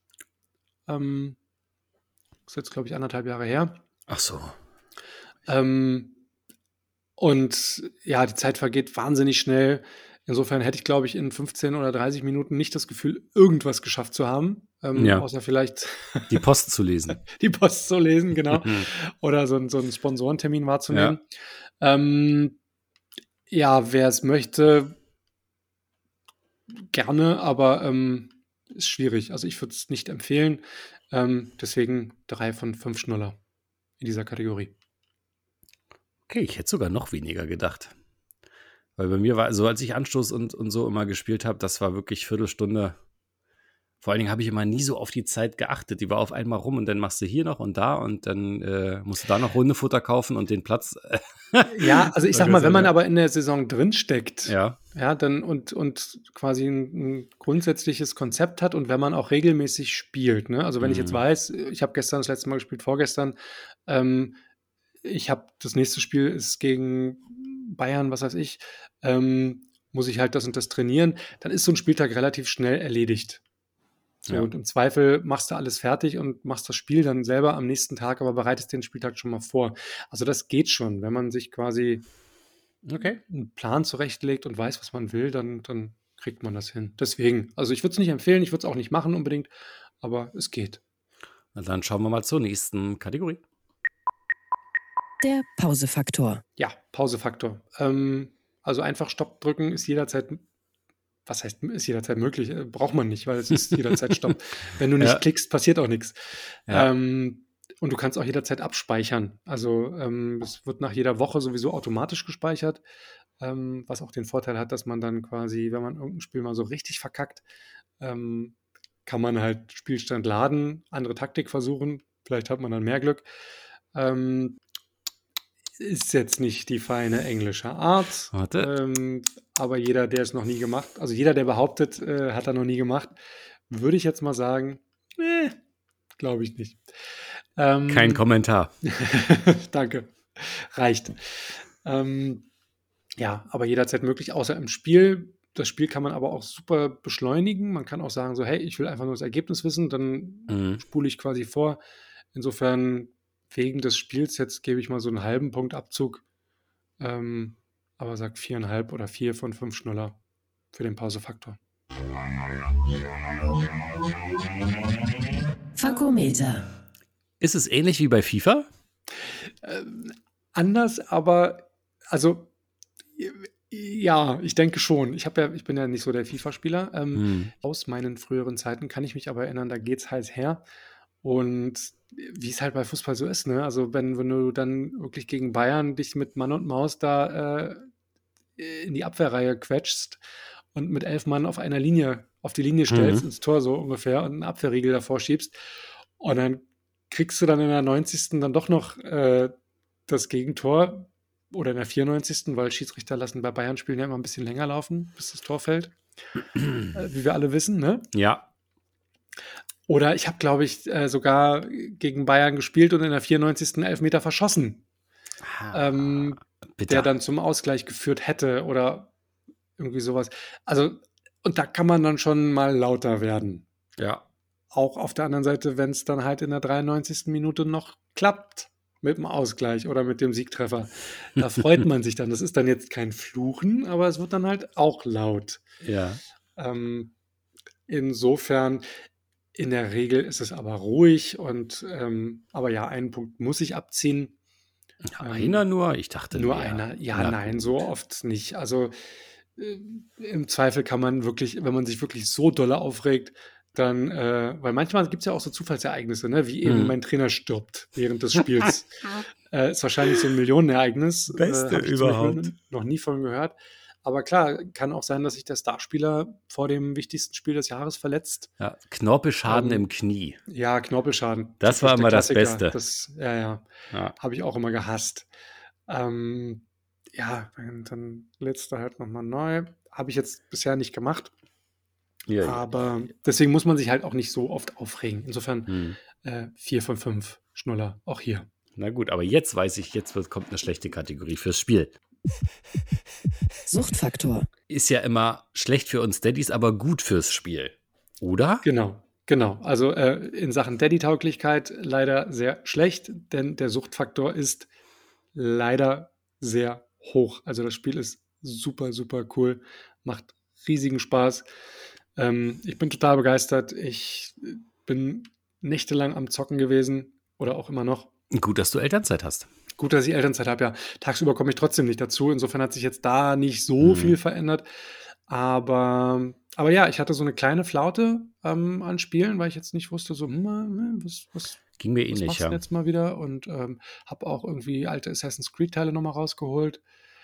Ist jetzt, glaube ich, 1,5 Jahre her. Ach so. Und ja, die Zeit vergeht wahnsinnig schnell. Insofern hätte ich, glaube ich, in 15 oder 30 Minuten nicht das Gefühl, irgendwas geschafft zu haben. Ja. Außer vielleicht Die Post zu lesen. die Post zu lesen, genau. Oder so einen Sponsorentermin wahrzunehmen. Ja, wer es möchte, gerne, aber ist schwierig. Also ich würde es nicht empfehlen. Deswegen 3 von 5 Schnuller in dieser Kategorie. Okay, ich hätte sogar noch weniger gedacht. Weil bei mir war, so als ich Anstoß und so immer gespielt habe, das war wirklich Viertelstunde. Vor allen Dingen habe ich immer nie so auf die Zeit geachtet. Die war auf einmal rum und dann machst du hier noch und da und dann musst du da noch Hundefutter kaufen und den Platz. Ja, also ich sag mal, wenn man aber in der Saison drinsteckt, Ja. dann und quasi ein grundsätzliches Konzept hat und wenn man auch regelmäßig spielt, ne? Also wenn ich jetzt weiß, ich habe gestern das letzte Mal gespielt, vorgestern, ich habe das nächste Spiel ist gegen Bayern, was weiß ich, muss ich halt das und das trainieren, dann ist so ein Spieltag relativ schnell erledigt. So, Ja. und im Zweifel machst du alles fertig und machst das Spiel dann selber am nächsten Tag, aber bereitest den Spieltag schon mal vor. Also das geht schon, wenn man sich quasi Okay. einen Plan zurechtlegt und weiß, was man will, dann kriegt man das hin. Deswegen, also ich würde es nicht empfehlen, ich würde es auch nicht machen unbedingt, aber es geht. Na dann schauen wir mal zur nächsten Kategorie. Der Pausefaktor. Ja, Pausefaktor. Also einfach Stopp drücken ist jederzeit, was heißt, ist jederzeit möglich? Braucht man nicht, weil es ist jederzeit Stopp. Wenn du nicht Ja. klickst, passiert auch nichts. Ja. Und du kannst auch jederzeit abspeichern. Also es wird nach jeder Woche sowieso automatisch gespeichert, was auch den Vorteil hat, dass man dann quasi, wenn man irgendein Spiel mal so richtig verkackt, kann man halt Spielstand laden, andere Taktik versuchen, vielleicht hat man dann mehr Glück. Ist jetzt nicht die feine englische Art, Warte. aber jeder, der es noch nie gemacht, also jeder, der behauptet, hat er noch nie gemacht, würde ich jetzt mal sagen, glaube ich nicht. Kein Kommentar. Danke. Reicht. Ja, aber jederzeit möglich, außer im Spiel. Das Spiel kann man aber auch super beschleunigen. Man kann auch sagen, so, hey, ich will einfach nur das Ergebnis wissen, dann spule ich quasi vor. Insofern, wegen des Spiels, jetzt gebe ich mal so einen halben Punkt Abzug, aber sag 4,5 oder 4 von 5 Schnuller für den Pausefaktor. Fakometer. Ist es ähnlich wie bei FIFA? Anders, aber also ja, ich denke schon. Ich bin ja nicht so der FIFA-Spieler. Aus meinen früheren Zeiten kann ich mich aber erinnern, da geht's heiß her. Und wie es halt bei Fußball so ist, ne? Also wenn du dann wirklich gegen Bayern dich mit Mann und Maus da in die Abwehrreihe quetschst und mit 11 Mann auf die Linie stellst, ins Tor so ungefähr und einen Abwehrriegel davor schiebst und dann kriegst du dann in der 90. dann doch noch das Gegentor oder in der 94., weil Schiedsrichter lassen bei Bayern-Spielen ja immer ein bisschen länger laufen, bis das Tor fällt. Wie wir alle wissen, ne? Ja. Oder ich habe, glaube ich, sogar gegen Bayern gespielt und in der 94. Elfmeter verschossen. Der dann zum Ausgleich geführt hätte oder irgendwie sowas. Also, und da kann man dann schon mal lauter werden. Ja. Auch auf der anderen Seite, wenn es dann halt in der 93. Minute noch klappt mit dem Ausgleich oder mit dem Siegtreffer. Da freut man sich dann. Das ist dann jetzt kein Fluchen, aber es wird dann halt auch laut. Ja. Insofern, In der Regel ist es aber ruhig aber ja, einen Punkt muss ich abziehen. Einer nur? Ich dachte Nur mehr. einer. Ja, Na nein, gut. so oft nicht. Also im Zweifel kann man wirklich, wenn man sich wirklich so dolle aufregt, dann, weil manchmal gibt es ja auch so Zufallsereignisse, ne? Wie eben mein Trainer stirbt während des Spiels. Ist wahrscheinlich so ein Millionenereignis. Beste Habe ich zum Beispiel überhaupt. noch nie von gehört. Aber klar, kann auch sein, dass sich der Starspieler vor dem wichtigsten Spiel des Jahres verletzt. Ja, Knorpelschaden Ähm, im Knie. Ja, Knorpelschaden. Das Typisch war der immer das Klassiker. Beste. Ja. Ja. Habe ich auch immer gehasst. Ja, dann lädst du halt nochmal neu. Habe ich jetzt bisher nicht gemacht. Ja, Aber deswegen muss man sich halt auch nicht so oft aufregen. Insofern 4 von 5 Schnuller, auch hier. Na gut, aber jetzt weiß ich, kommt eine schlechte Kategorie fürs Spiel. Suchtfaktor. Ist ja immer schlecht für uns Daddys, aber gut fürs Spiel. Oder? Genau. Also in Sachen Daddy-Tauglichkeit leider sehr schlecht, denn der Suchtfaktor ist leider sehr hoch. Also das Spiel ist super, super cool, macht riesigen Spaß. Ich bin total begeistert. Ich bin nächtelang am Zocken gewesen oder auch immer noch. Gut, dass du Elternzeit hast. Gut, dass ich Elternzeit habe, ja. Tagsüber komme ich trotzdem nicht dazu. Insofern hat sich jetzt da nicht so viel verändert. Aber ja, ich hatte so eine kleine Flaute an Spielen, weil ich jetzt nicht wusste, so, was Ging mir was ähnlich, machst du denn ja. jetzt mal wieder? Und habe auch irgendwie alte Assassin's Creed-Teile nochmal rausgeholt.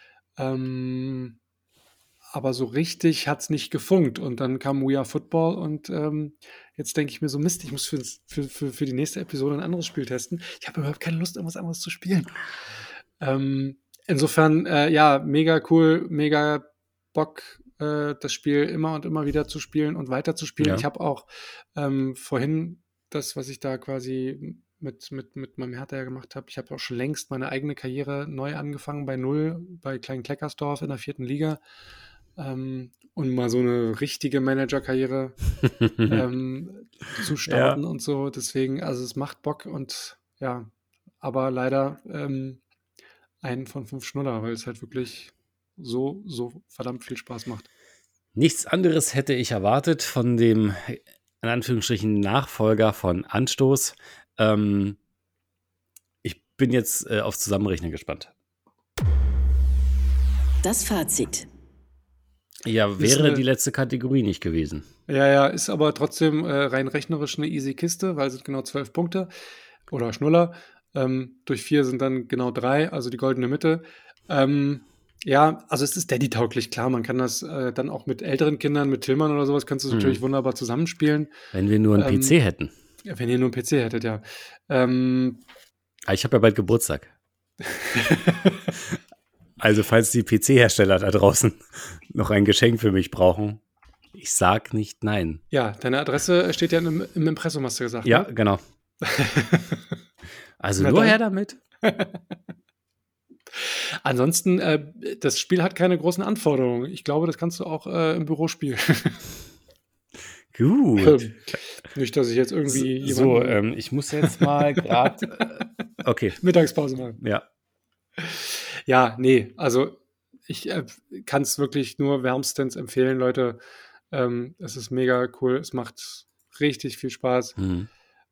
Aber so richtig hat es nicht gefunkt. Und dann kam We Are Football und jetzt denke ich mir so, Mist, ich muss für die nächste Episode ein anderes Spiel testen. Ich habe überhaupt keine Lust, irgendwas anderes zu spielen. Insofern, ja, mega cool, mega Bock, das Spiel immer und immer wieder zu spielen und weiter zu spielen. Ja. Ich habe auch vorhin das, was ich da quasi mit meinem Hertha ja gemacht habe, ich habe auch schon längst meine eigene Karriere neu angefangen bei Null, bei Klein Kleckersdorf in der 4. Liga. Und mal so eine richtige Managerkarriere zu starten und so. Deswegen, also es macht Bock und ja, aber leider einen von 5 Schnuller, weil es halt wirklich so verdammt viel Spaß macht. Nichts anderes hätte ich erwartet von dem, in Anführungsstrichen, Nachfolger von Anstoß. Ich bin jetzt aufs Zusammenrechnen gespannt. Das Fazit. Ja, wäre die letzte Kategorie nicht gewesen. Ja, ist aber trotzdem rein rechnerisch eine easy Kiste, weil es sind genau 12 Punkte oder Schnuller. Durch 4 sind dann genau 3, also die goldene Mitte. Ja, also es ist Daddy-tauglich, klar. Man kann das dann auch mit älteren Kindern, mit Tillmann oder sowas, kannst du es natürlich wunderbar zusammenspielen. Wenn wir nur einen PC hätten. Wenn ihr nur einen PC hättet, ja. Ich habe ja bald Geburtstag. Also falls die PC-Hersteller da draußen noch ein Geschenk für mich brauchen, ich sag nicht nein. Ja, deine Adresse steht ja im Impressum, hast du gesagt. Ja, ne? genau. Also Na nur dann. her damit. Ansonsten, das Spiel hat keine großen Anforderungen. Ich glaube, das kannst du auch im Büro spielen. Gut. Nicht, dass ich jetzt irgendwie So, jemanden ich muss jetzt mal gerade. Okay, Mittagspause machen. ja. Ja, nee, also ich kann es wirklich nur wärmstens empfehlen, Leute. Es ist mega cool, es macht richtig viel Spaß. Mhm.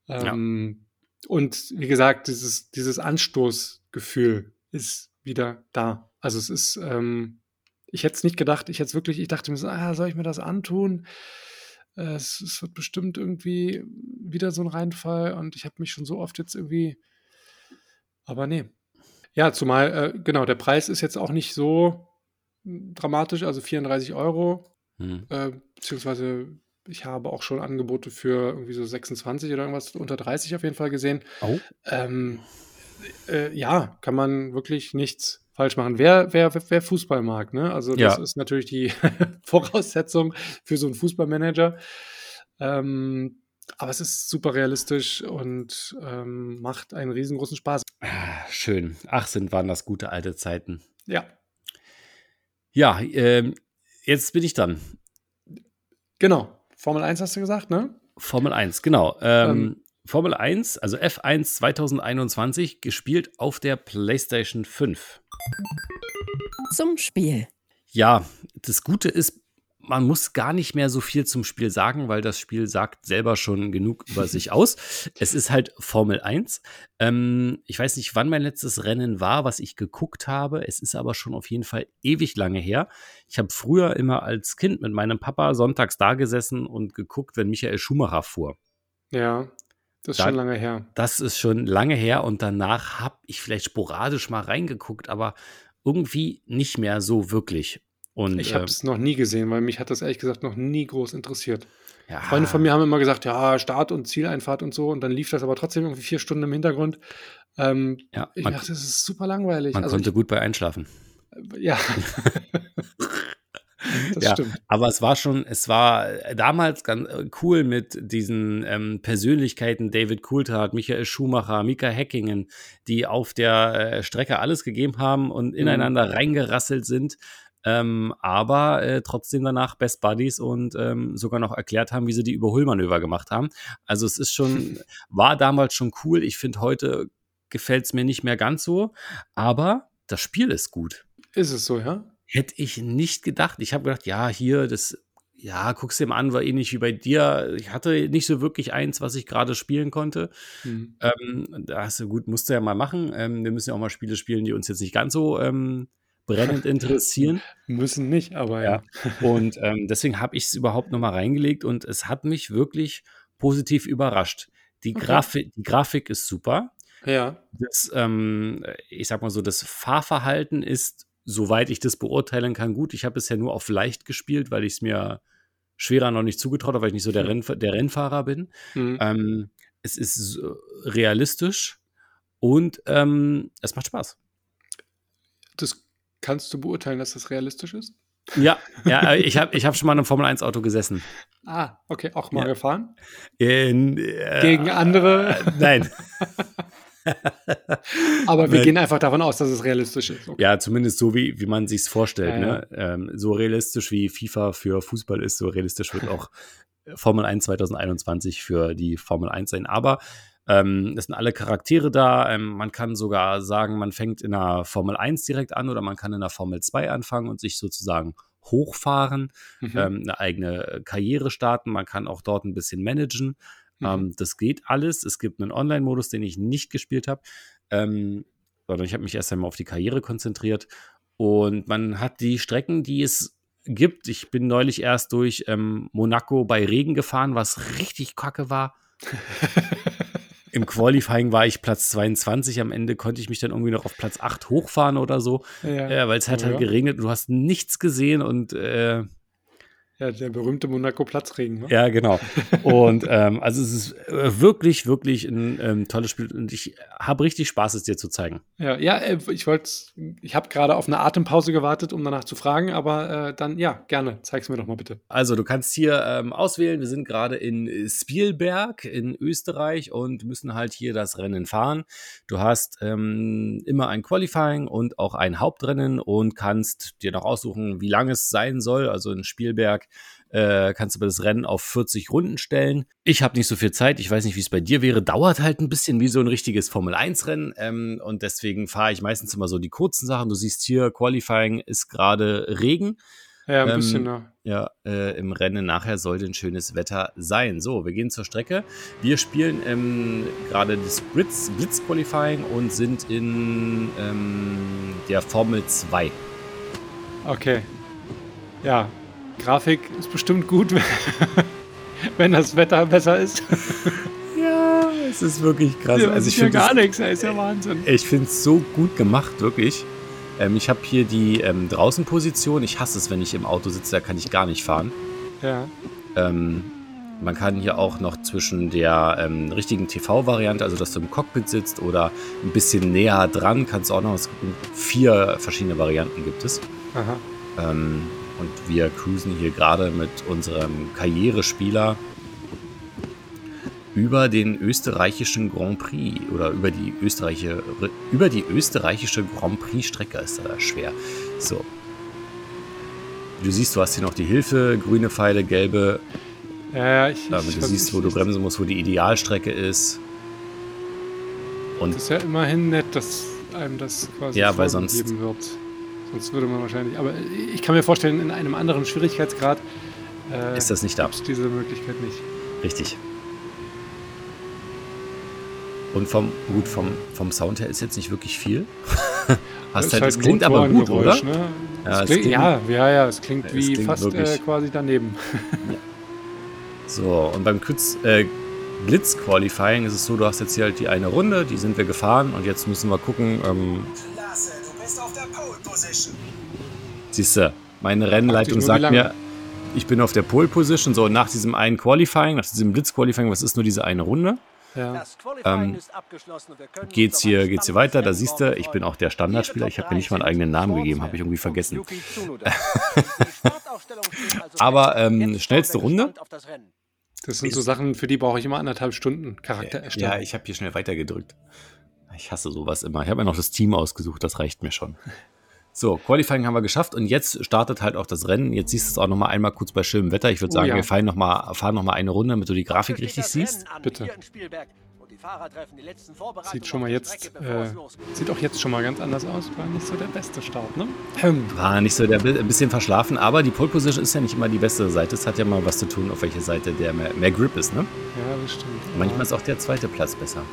Und wie gesagt, dieses Anstoßgefühl ist wieder da. Also es ist, ich hätte es nicht gedacht, ich dachte mir so, soll ich mir das antun? Es wird bestimmt irgendwie wieder so ein Reinfall und ich habe mich schon so oft jetzt irgendwie, aber nee. Ja, zumal, genau, der Preis ist jetzt auch nicht so dramatisch, also 34 €, Mhm. beziehungsweise ich habe auch schon Angebote für irgendwie so 26 oder irgendwas unter 30 auf jeden Fall gesehen. Oh. Ja, kann man wirklich nichts falsch machen. Wer Fußball mag, ne? Also das Ja. ist natürlich die Voraussetzung für so einen Fußballmanager. Aber es ist super realistisch und macht einen riesengroßen Spaß. Schön. Waren das gute alte Zeiten. Ja, Ja, jetzt bin ich dran. genau. Formel 1 hast du gesagt, ne? Formel 1, genau. Formel 1, also F1 2021, gespielt auf der PlayStation 5. Zum Spiel. Ja, das Gute ist, man muss gar nicht mehr so viel zum Spiel sagen, weil das Spiel sagt selber schon genug über sich aus. Es ist halt Formel 1. Ich weiß nicht, wann mein letztes Rennen war, was ich geguckt habe. Es ist aber schon auf jeden Fall ewig lange her. Ich habe früher immer als Kind mit meinem Papa sonntags da gesessen und geguckt, wenn Michael Schumacher fuhr. Ja, das ist schon lange her. Das ist schon lange her und danach habe ich vielleicht sporadisch mal reingeguckt, aber irgendwie nicht mehr so wirklich. Und, ich habe es noch nie gesehen, weil mich hat das ehrlich gesagt noch nie groß interessiert. ja, Freunde von mir haben immer gesagt, ja, Start- und Zieleinfahrt und so. Und dann lief das aber trotzdem irgendwie 4 Stunden im Hintergrund. ja, Ich man, dachte, das ist super langweilig. man Also konnte gut bei einschlafen. ja, das Ja, stimmt. aber es war damals ganz cool mit diesen Persönlichkeiten, David Coulthard, Michael Schumacher, Mika Häkkinen, die auf der Strecke alles gegeben haben und ineinander reingerasselt sind, aber trotzdem danach Best Buddies und sogar noch erklärt haben, wie sie die Überholmanöver gemacht haben. Also es ist war damals schon cool. Ich finde, heute gefällt es mir nicht mehr ganz so, aber das Spiel ist gut. Ist es so, ja? Hätte ich nicht gedacht. Ich habe gedacht, ja, hier, guck's dir mal an, war ähnlich wie bei dir. Ich hatte nicht so wirklich eins, was ich gerade spielen konnte. Da hast du gut, musst du ja mal machen. Wir müssen ja auch mal Spiele spielen, die uns jetzt nicht ganz so brennend interessieren. Müssen nicht, aber ja. Und deswegen habe ich es überhaupt nochmal reingelegt und es hat mich wirklich positiv überrascht. Die Grafik ist super. Ja. Ich sag mal so, das Fahrverhalten ist, soweit ich das beurteilen kann, gut. Ich habe bisher nur auf leicht gespielt, weil ich es mir schwerer noch nicht zugetraut habe, weil ich nicht so der Rennfahrer bin. Es ist realistisch und es macht Spaß. Das kannst du beurteilen, dass das realistisch ist? Ja, ich hab schon mal in einem Formel-1-Auto gesessen. Ah, okay, auch mal gefahren? Gegen andere? Nein. Aber wir gehen einfach davon aus, dass es realistisch ist. Okay. Ja, zumindest so, wie man sich's vorstellt. Ne? So realistisch wie FIFA für Fußball ist, so realistisch wird auch Formel 1 2021 für die Formel 1 sein. Aber es sind alle Charaktere da. Man kann sogar sagen, man fängt in der Formel 1 direkt an oder man kann in der Formel 2 anfangen und sich sozusagen hochfahren, eine eigene Karriere starten. Man kann auch dort ein bisschen managen. Das geht alles. Es gibt einen Online-Modus, den ich nicht gespielt habe. Sondern ich habe mich erst einmal auf die Karriere konzentriert. Und man hat die Strecken, die es gibt. Ich bin neulich erst durch Monaco bei Regen gefahren, was richtig kacke war. Im Qualifying war ich Platz 22. Am Ende konnte ich mich dann irgendwie noch auf Platz 8 hochfahren oder so. Weil es hat halt geregnet. Du hast nichts gesehen und ja, der berühmte Monaco-Platzregen. Ne? Ja, genau. Und also es ist wirklich, wirklich ein tolles Spiel und ich habe richtig Spaß, es dir zu zeigen. Ja, ich habe gerade auf eine Atempause gewartet, um danach zu fragen, aber dann, ja, gerne, zeig's mir doch mal bitte. Also du kannst hier auswählen, wir sind gerade in Spielberg in Österreich und müssen halt hier das Rennen fahren. Du hast immer ein Qualifying und auch ein Hauptrennen und kannst dir noch aussuchen, wie lang es sein soll. Also in Spielberg kannst du das Rennen auf 40 Runden stellen. Ich habe nicht so viel Zeit, ich weiß nicht, wie es bei dir wäre. Dauert halt ein bisschen wie so ein richtiges Formel-1-Rennen und deswegen fahre ich meistens immer so die kurzen Sachen. Du siehst hier, Qualifying ist gerade Regen. Ja, ein bisschen, ne? Ja, im Rennen nachher sollte ein schönes Wetter sein. So, wir gehen zur Strecke. Wir spielen gerade das Blitz-Qualifying und sind in der Formel 2. Okay. Ja, Grafik ist bestimmt gut, wenn das Wetter besser ist. Ja, es ist wirklich krass. Ja, also ich finde gar nichts, das ist ja Wahnsinn. Ich finde es so gut gemacht, wirklich. Ich habe hier die Draußenposition. Ich hasse es, wenn ich im Auto sitze, da kann ich gar nicht fahren. Ja. Man kann hier auch noch zwischen der richtigen TV-Variante, also dass du im Cockpit sitzt oder ein bisschen näher dran, kannst du auch noch, 4 verschiedene Varianten gibt es. Aha. Und wir cruisen hier gerade mit unserem Karrierespieler über den österreichischen Grand Prix oder über die österreichische Grand Prix-Strecke, ist da schwer. So. Du siehst, du hast hier noch die Hilfe, grüne Pfeile, gelbe. Ja, du siehst, wo du bremsen musst, wo die Idealstrecke ist. Und das ist ja immerhin nett, dass einem das quasi ja, weil sonst wird. Sonst würde man wahrscheinlich, aber ich kann mir vorstellen, in einem anderen Schwierigkeitsgrad ist das nicht da. gibt es diese Möglichkeit nicht. Richtig. Und vom Sound her ist jetzt nicht wirklich viel. Das Es klingt aber gut, oder? Ne? Ja, Es klingt es wie klingt fast wirklich. quasi daneben. So, und beim Blitz-Qualifying ist es so, du hast jetzt hier halt die eine Runde, die sind wir gefahren und jetzt müssen wir gucken. Klasse, du bist auf der Pole Position. Siehst du, meine Rennleitung nur wie sagt lange? mir, ich bin auf der Pole Position. So, nach diesem einen Qualifying, nach diesem Blitz-Qualifying, was ist nur diese eine Runde? Ja. Das Qualifying ist abgeschlossen und wir können Geht's uns auf ein hier weiter? Da spannendes siehst du, Rennen ich bin auch der Standardspieler. Ich habe mir nicht meinen eigenen Namen gegeben, habe ich irgendwie vergessen. Yuki Tsunoda. Die Startaufstellung steht also Aber, fest. Jetzt schnellste schauen wir Runde? gespannt auf das Rennen. Das sind so Sachen, für die brauche ich immer 1,5 Stunden Charakter erstellen. Ja, ich habe hier schnell weitergedrückt. Ich hasse sowas immer. Ich habe mir noch das Team ausgesucht, das reicht mir schon. So, Qualifying haben wir geschafft und jetzt startet halt auch das Rennen. Jetzt siehst du es auch noch mal einmal kurz bei schönem Wetter. Ich würde sagen, ja. wir fahren noch mal eine Runde, damit du die Grafik Steht richtig das siehst. Rennen an, Bitte. hier in Spielberg. Und die Fahrer treffen die letzten Vorbereitungen Sieht schon mal auf der jetzt, Strecke, bevor es losgeht. sieht auch jetzt schon mal ganz anders aus. War nicht so der beste Start, ne? War nicht so ein bisschen verschlafen, aber die Pole Position ist ja nicht immer die beste Seite. Es hat ja mal was zu tun, auf welche Seite der mehr Grip ist, ne? Ja, das stimmt. Manchmal ist auch der zweite Platz besser.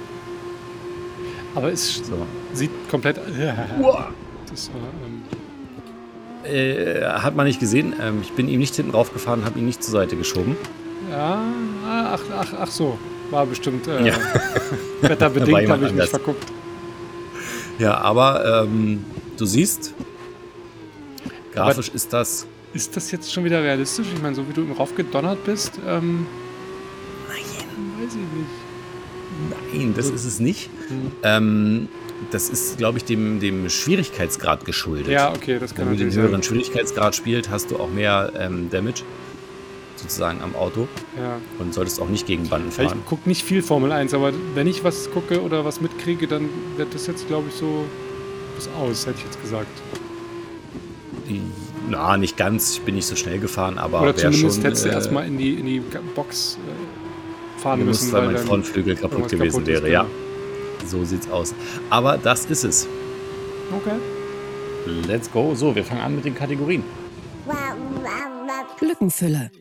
Aber es So. sieht komplett. Das war, Hat man nicht gesehen. Ich bin ihm nicht hinten raufgefahren, habe ihn nicht zur Seite geschoben. ja, ach so. War bestimmt Ja. wetterbedingt, Da war habe jemand ich mich anders. verguckt. Ja, aber du siehst, grafisch ist das. Ist das jetzt schon wieder realistisch? Ich meine, so wie du ihm raufgedonnert bist, Nein. weiß ich nicht. Nein, das ist es nicht. Das ist, glaube ich, dem Schwierigkeitsgrad geschuldet. Ja, okay, das kann Wenn du den natürlich höheren sein. Schwierigkeitsgrad spielst, hast du auch mehr Damage sozusagen am Auto Ja. und solltest auch nicht gegen Banden Ich fahren. gucke nicht viel Formel 1, aber wenn ich was gucke oder was mitkriege, dann wird das jetzt, glaube ich, so bis aus, hätte ich jetzt gesagt. Na, nicht ganz. Ich bin nicht so schnell gefahren, aber Oder wär zumindest schon, hättest du erstmal in die Box fahren du müssen, musst, weil mein dann Frontflügel kaputt irgendwas gewesen kaputt ist, wäre. Ja, so sieht's aus. Aber das ist es. Okay. Let's go. So, wir fangen an mit den Kategorien. Lückenfüller.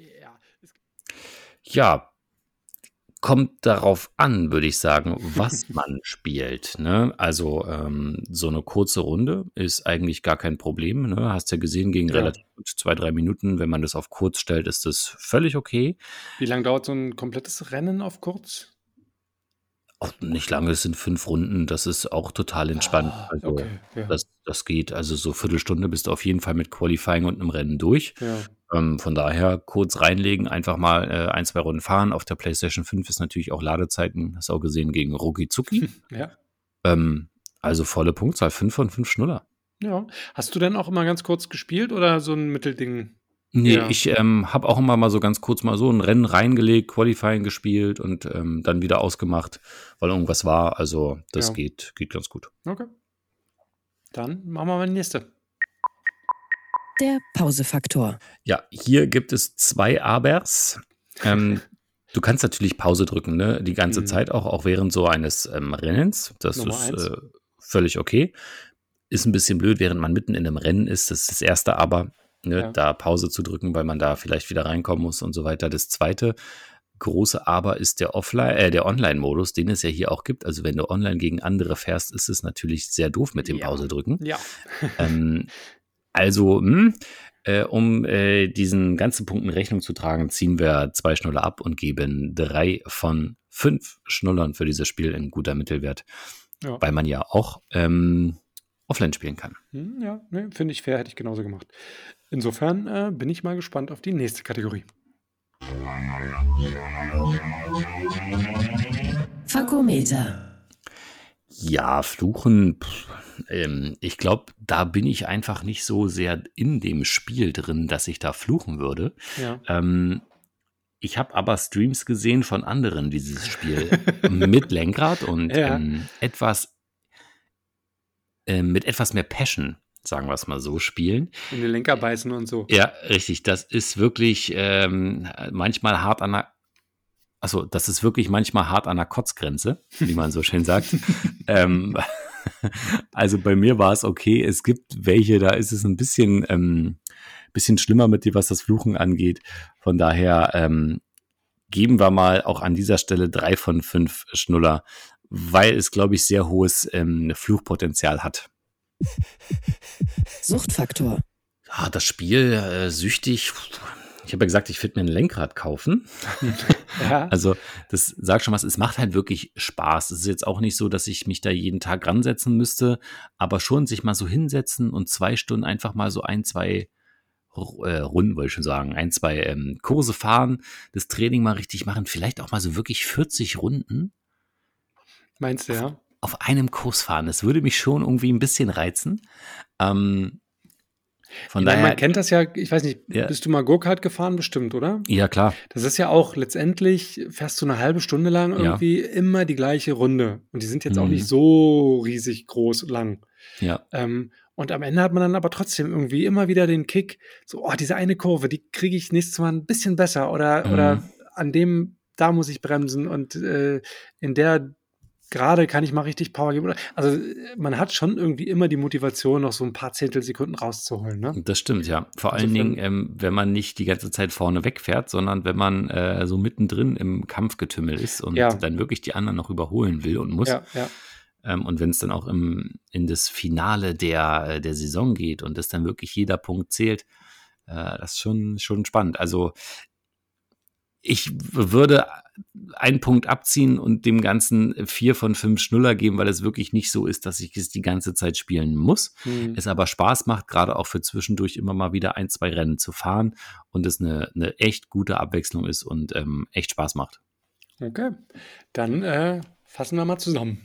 Ja, kommt darauf an, würde ich sagen, was man spielt. Ne? Also so eine kurze Runde ist eigentlich gar kein Problem. Ne? Hast ja gesehen, gegen Ja. relativ gut 2-3 Minuten. Wenn man das auf kurz stellt, ist das völlig okay. Wie lange dauert so ein komplettes Rennen auf kurz? Auch nicht lange, es sind 5 Runden. Das ist auch total entspannt. Also Okay, ja. das geht. Also so Viertelstunde bist du auf jeden Fall mit Qualifying und einem Rennen durch. Ja. Von daher kurz reinlegen, einfach mal 1-2 Runden fahren. Auf der PlayStation 5 ist natürlich auch Ladezeiten, hast du auch gesehen, gegen Ruki-Zuki. Ja. Also volle Punktzahl, 5 von 5 Schnuller. Ja. Hast du denn auch immer ganz kurz gespielt oder so ein Mittelding? Nee, Ja. ich habe auch immer mal so ganz kurz mal so ein Rennen reingelegt, Qualifying gespielt und dann wieder ausgemacht, weil irgendwas war. Also das Ja. geht ganz gut. Okay. Dann machen wir mal die nächste. Der Pausefaktor. Ja, hier gibt es 2 Abers. Du kannst natürlich Pause drücken, ne? Die ganze Mhm. Zeit auch während so eines Rennens. Das Nummer ist 1. völlig okay. Ist ein bisschen blöd, während man mitten in einem Rennen ist. Das ist das erste Aber, ne? Ja. Da Pause zu drücken, weil man da vielleicht wieder reinkommen muss und so weiter. Das zweite große Aber ist der Online-Modus, den es ja hier auch gibt. Also wenn du online gegen andere fährst, ist es natürlich sehr doof mit dem Ja. Pause drücken. Ja. Also, um diesen ganzen Punkten Rechnung zu tragen, ziehen wir 2 Schnuller ab und geben 3 von 5 Schnullern für dieses Spiel in guter Mittelwert, Ja. weil man ja auch offline spielen kann. Ja, ne, finde ich fair, hätte ich genauso gemacht. Insofern bin ich mal gespannt auf die nächste Kategorie. Fakometer. Ja, Fluchen, ich glaube, da bin ich einfach nicht so sehr in dem Spiel drin, dass ich da fluchen würde. Ja. Ich habe aber Streams gesehen von anderen dieses Spiel mit Lenkrad und Ja. mit etwas mehr Passion, sagen wir es mal so, spielen. In den Lenker beißen und so. Ja, richtig. Das ist wirklich manchmal hart an der. Achso, das ist wirklich manchmal hart an der Kotzgrenze, wie man so schön sagt. Also bei mir war es okay. Es gibt welche, da ist es ein bisschen schlimmer mit dir, was das Fluchen angeht. Von daher geben wir mal auch an dieser Stelle 3 von 5 Schnuller, weil es, glaube ich, sehr hohes Fluchpotenzial hat. Suchtfaktor. Ja, das Spiel süchtig. Ich habe ja gesagt, ich würde mir ein Lenkrad kaufen. Ja. Also das sagt schon was, es macht halt wirklich Spaß. Es ist jetzt auch nicht so, dass ich mich da jeden Tag ransetzen müsste, aber schon sich mal so hinsetzen und 2 Stunden einfach mal so 1, 2 Runden, wollte ich schon sagen, 1, 2 Kurse fahren, das Training mal richtig machen, vielleicht auch mal so wirklich 40 Runden Meinst du, ja? auf einem Kurs fahren. Das würde mich schon irgendwie ein bisschen reizen. Von Ich meine, daher, man kennt das ja, ich weiß nicht, Ja. bist du mal Go-Kart gefahren bestimmt, oder? ja klar, Das ist ja auch letztendlich, fährst du eine halbe Stunde lang irgendwie immer die gleiche Runde. Und die sind jetzt auch Mhm. nicht so riesig groß und lang. ja. Und am Ende hat man dann aber trotzdem irgendwie immer wieder den Kick, so, oh, diese eine Kurve, die kriege ich nächstes Mal ein bisschen besser. Oder an dem, da muss ich bremsen und in der gerade kann ich mal richtig Power geben. Also man hat schon irgendwie immer die Motivation, noch so ein paar Zehntelsekunden rauszuholen. Ne? Das stimmt, ja. Vor allen Insofern- Dingen, wenn man nicht die ganze Zeit vorne wegfährt, sondern wenn man so mittendrin im Kampfgetümmel ist und Ja. dann wirklich die anderen noch überholen will und muss. Ja, ja. Und wenn es dann auch in das Finale der Saison geht und das dann wirklich jeder Punkt zählt, das ist schon spannend. Also ich würde einen Punkt abziehen und dem Ganzen 4 von 5 Schnuller geben, weil es wirklich nicht so ist, dass ich es die ganze Zeit spielen muss. Es aber Spaß macht, gerade auch für zwischendurch immer mal wieder 1, 2 Rennen zu fahren und es eine echt gute Abwechslung ist und echt Spaß macht. Okay, dann fassen wir mal zusammen.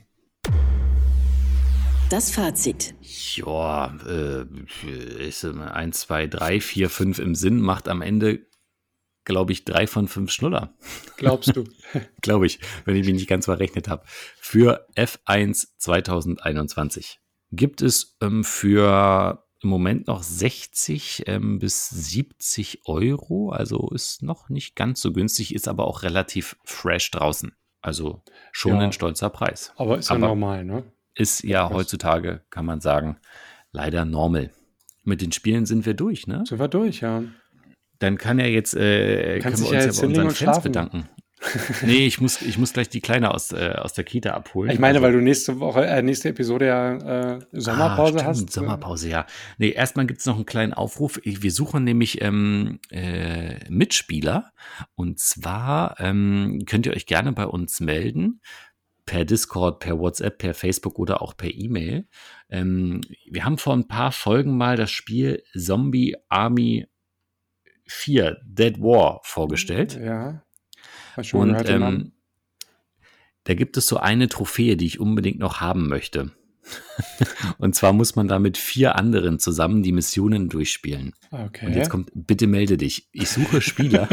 Das Fazit. Ja, ist 1, 2, 3, 4, 5 im Sinn, macht am Ende, glaube ich, 3 von 5 Schnuller. Glaubst du? Glaube ich, wenn ich mich nicht ganz verrechnet habe. Für F1 2021 gibt es für im Moment noch 60 bis 70 Euro. Also ist noch nicht ganz so günstig, ist aber auch relativ fresh draußen. Also schon Ja. ein stolzer Preis. Aber ist ja normal, ne? Ist ja heutzutage, kann man sagen, leider normal. Mit den Spielen sind wir durch, ne? Sind wir durch, ja. Dann kann ja jetzt, können Kannst wir dich ja uns jetzt ja bei hinlegen unseren und Fans schlafen. bedanken. Nee, ich muss gleich die Kleine aus der Kita abholen. Ich meine, Also- weil du nächste Episode ja Sommerpause stimmt, hast. Sommerpause, ja. Nee, erstmal gibt es noch einen kleinen Aufruf. Wir suchen nämlich Mitspieler. Und zwar könnt ihr euch gerne bei uns melden. Per Discord, per WhatsApp, per Facebook oder auch per E-Mail. Wir haben vor ein paar Folgen mal das Spiel Zombie Army 4 Dead War vorgestellt. Ja. Hast schon Und gehört den Namen? da gibt es so eine Trophäe, die ich unbedingt noch haben möchte. Und zwar muss man da mit 4 anderen zusammen die Missionen durchspielen. Okay. Und jetzt kommt, bitte melde dich. Ich suche Spieler,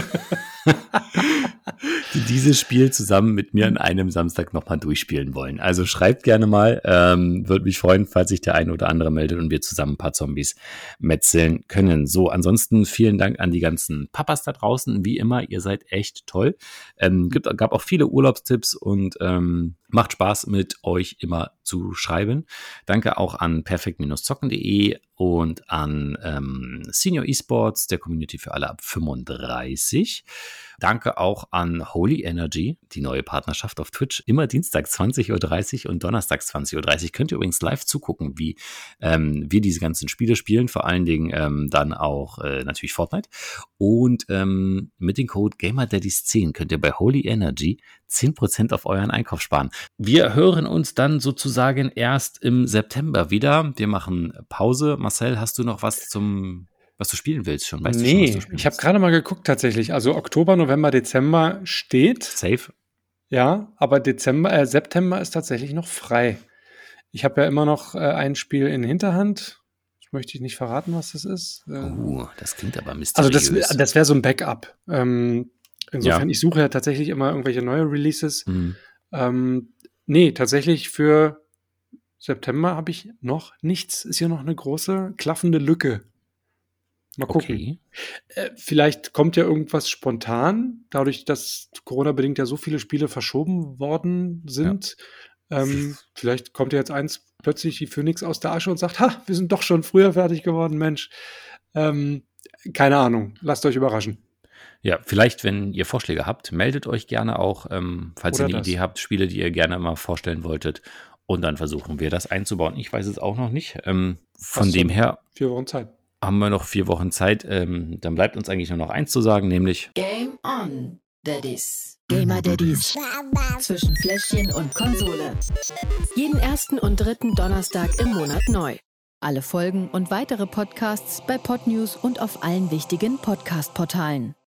die dieses Spiel zusammen mit mir an einem Samstag nochmal durchspielen wollen. Also schreibt gerne mal. Würde mich freuen, falls sich der eine oder andere meldet und wir zusammen ein paar Zombies metzeln können. So, ansonsten vielen Dank an die ganzen Papas da draußen. Wie immer, ihr seid echt toll. Gab auch viele Urlaubstipps und macht Spaß, mit euch immer zu schreiben. Danke auch an perfekt-zocken.de und an Senior Esports, der Community für alle ab 35. Danke auch an Holy Energy, die neue Partnerschaft auf Twitch. Immer dienstags 20.30 Uhr und donnerstags 20.30 Uhr. Könnt ihr übrigens live zugucken, wie wir diese ganzen Spiele spielen. Vor allen Dingen dann auch natürlich Fortnite. Und mit dem Code GamerDaddies10 könnt ihr bei Holy Energy 10% auf euren Einkauf sparen. Wir hören uns dann sozusagen erst im September wieder. Wir machen Pause. Marcel, hast du noch was was du spielen willst schon? Weißt du schon, was Nee, du spielen ich habe willst? gerade mal geguckt tatsächlich. Also Oktober, November, Dezember steht. Safe. Ja, aber September ist tatsächlich noch frei. Ich habe ja immer noch ein Spiel in Hinterhand. Das möchte ich nicht verraten, was das ist. Das klingt aber Also mysteriös. das wäre so ein Backup. Insofern, Ja. ich suche ja tatsächlich immer irgendwelche neue Releases. Mhm. Nee, tatsächlich für September habe ich noch nichts. Ist hier noch eine große, klaffende Lücke. Mal gucken. Okay. Vielleicht kommt ja irgendwas spontan, dadurch, dass Corona-bedingt ja so viele Spiele verschoben worden sind. Vielleicht kommt ja jetzt plötzlich die Phönix aus der Asche und sagt, ha, wir sind doch schon früher fertig geworden, Mensch. Keine Ahnung, lasst euch überraschen. Ja, vielleicht, wenn ihr Vorschläge habt, meldet euch gerne auch, falls ihr Oder eine Idee habt, Spiele, die ihr gerne mal vorstellen wolltet. Und dann versuchen wir das einzubauen. Ich weiß es auch noch nicht. Von dem her 4 Wochen Zeit. haben wir noch 4 Wochen Zeit. Dann bleibt uns eigentlich nur noch eins zu sagen, nämlich Game on, Daddies. Gamer Daddies. Zwischen Fläschchen und Konsole. Jeden 1. und 3. Donnerstag im Monat neu. Alle Folgen und weitere Podcasts bei Podnews und auf allen wichtigen Podcast-Portalen.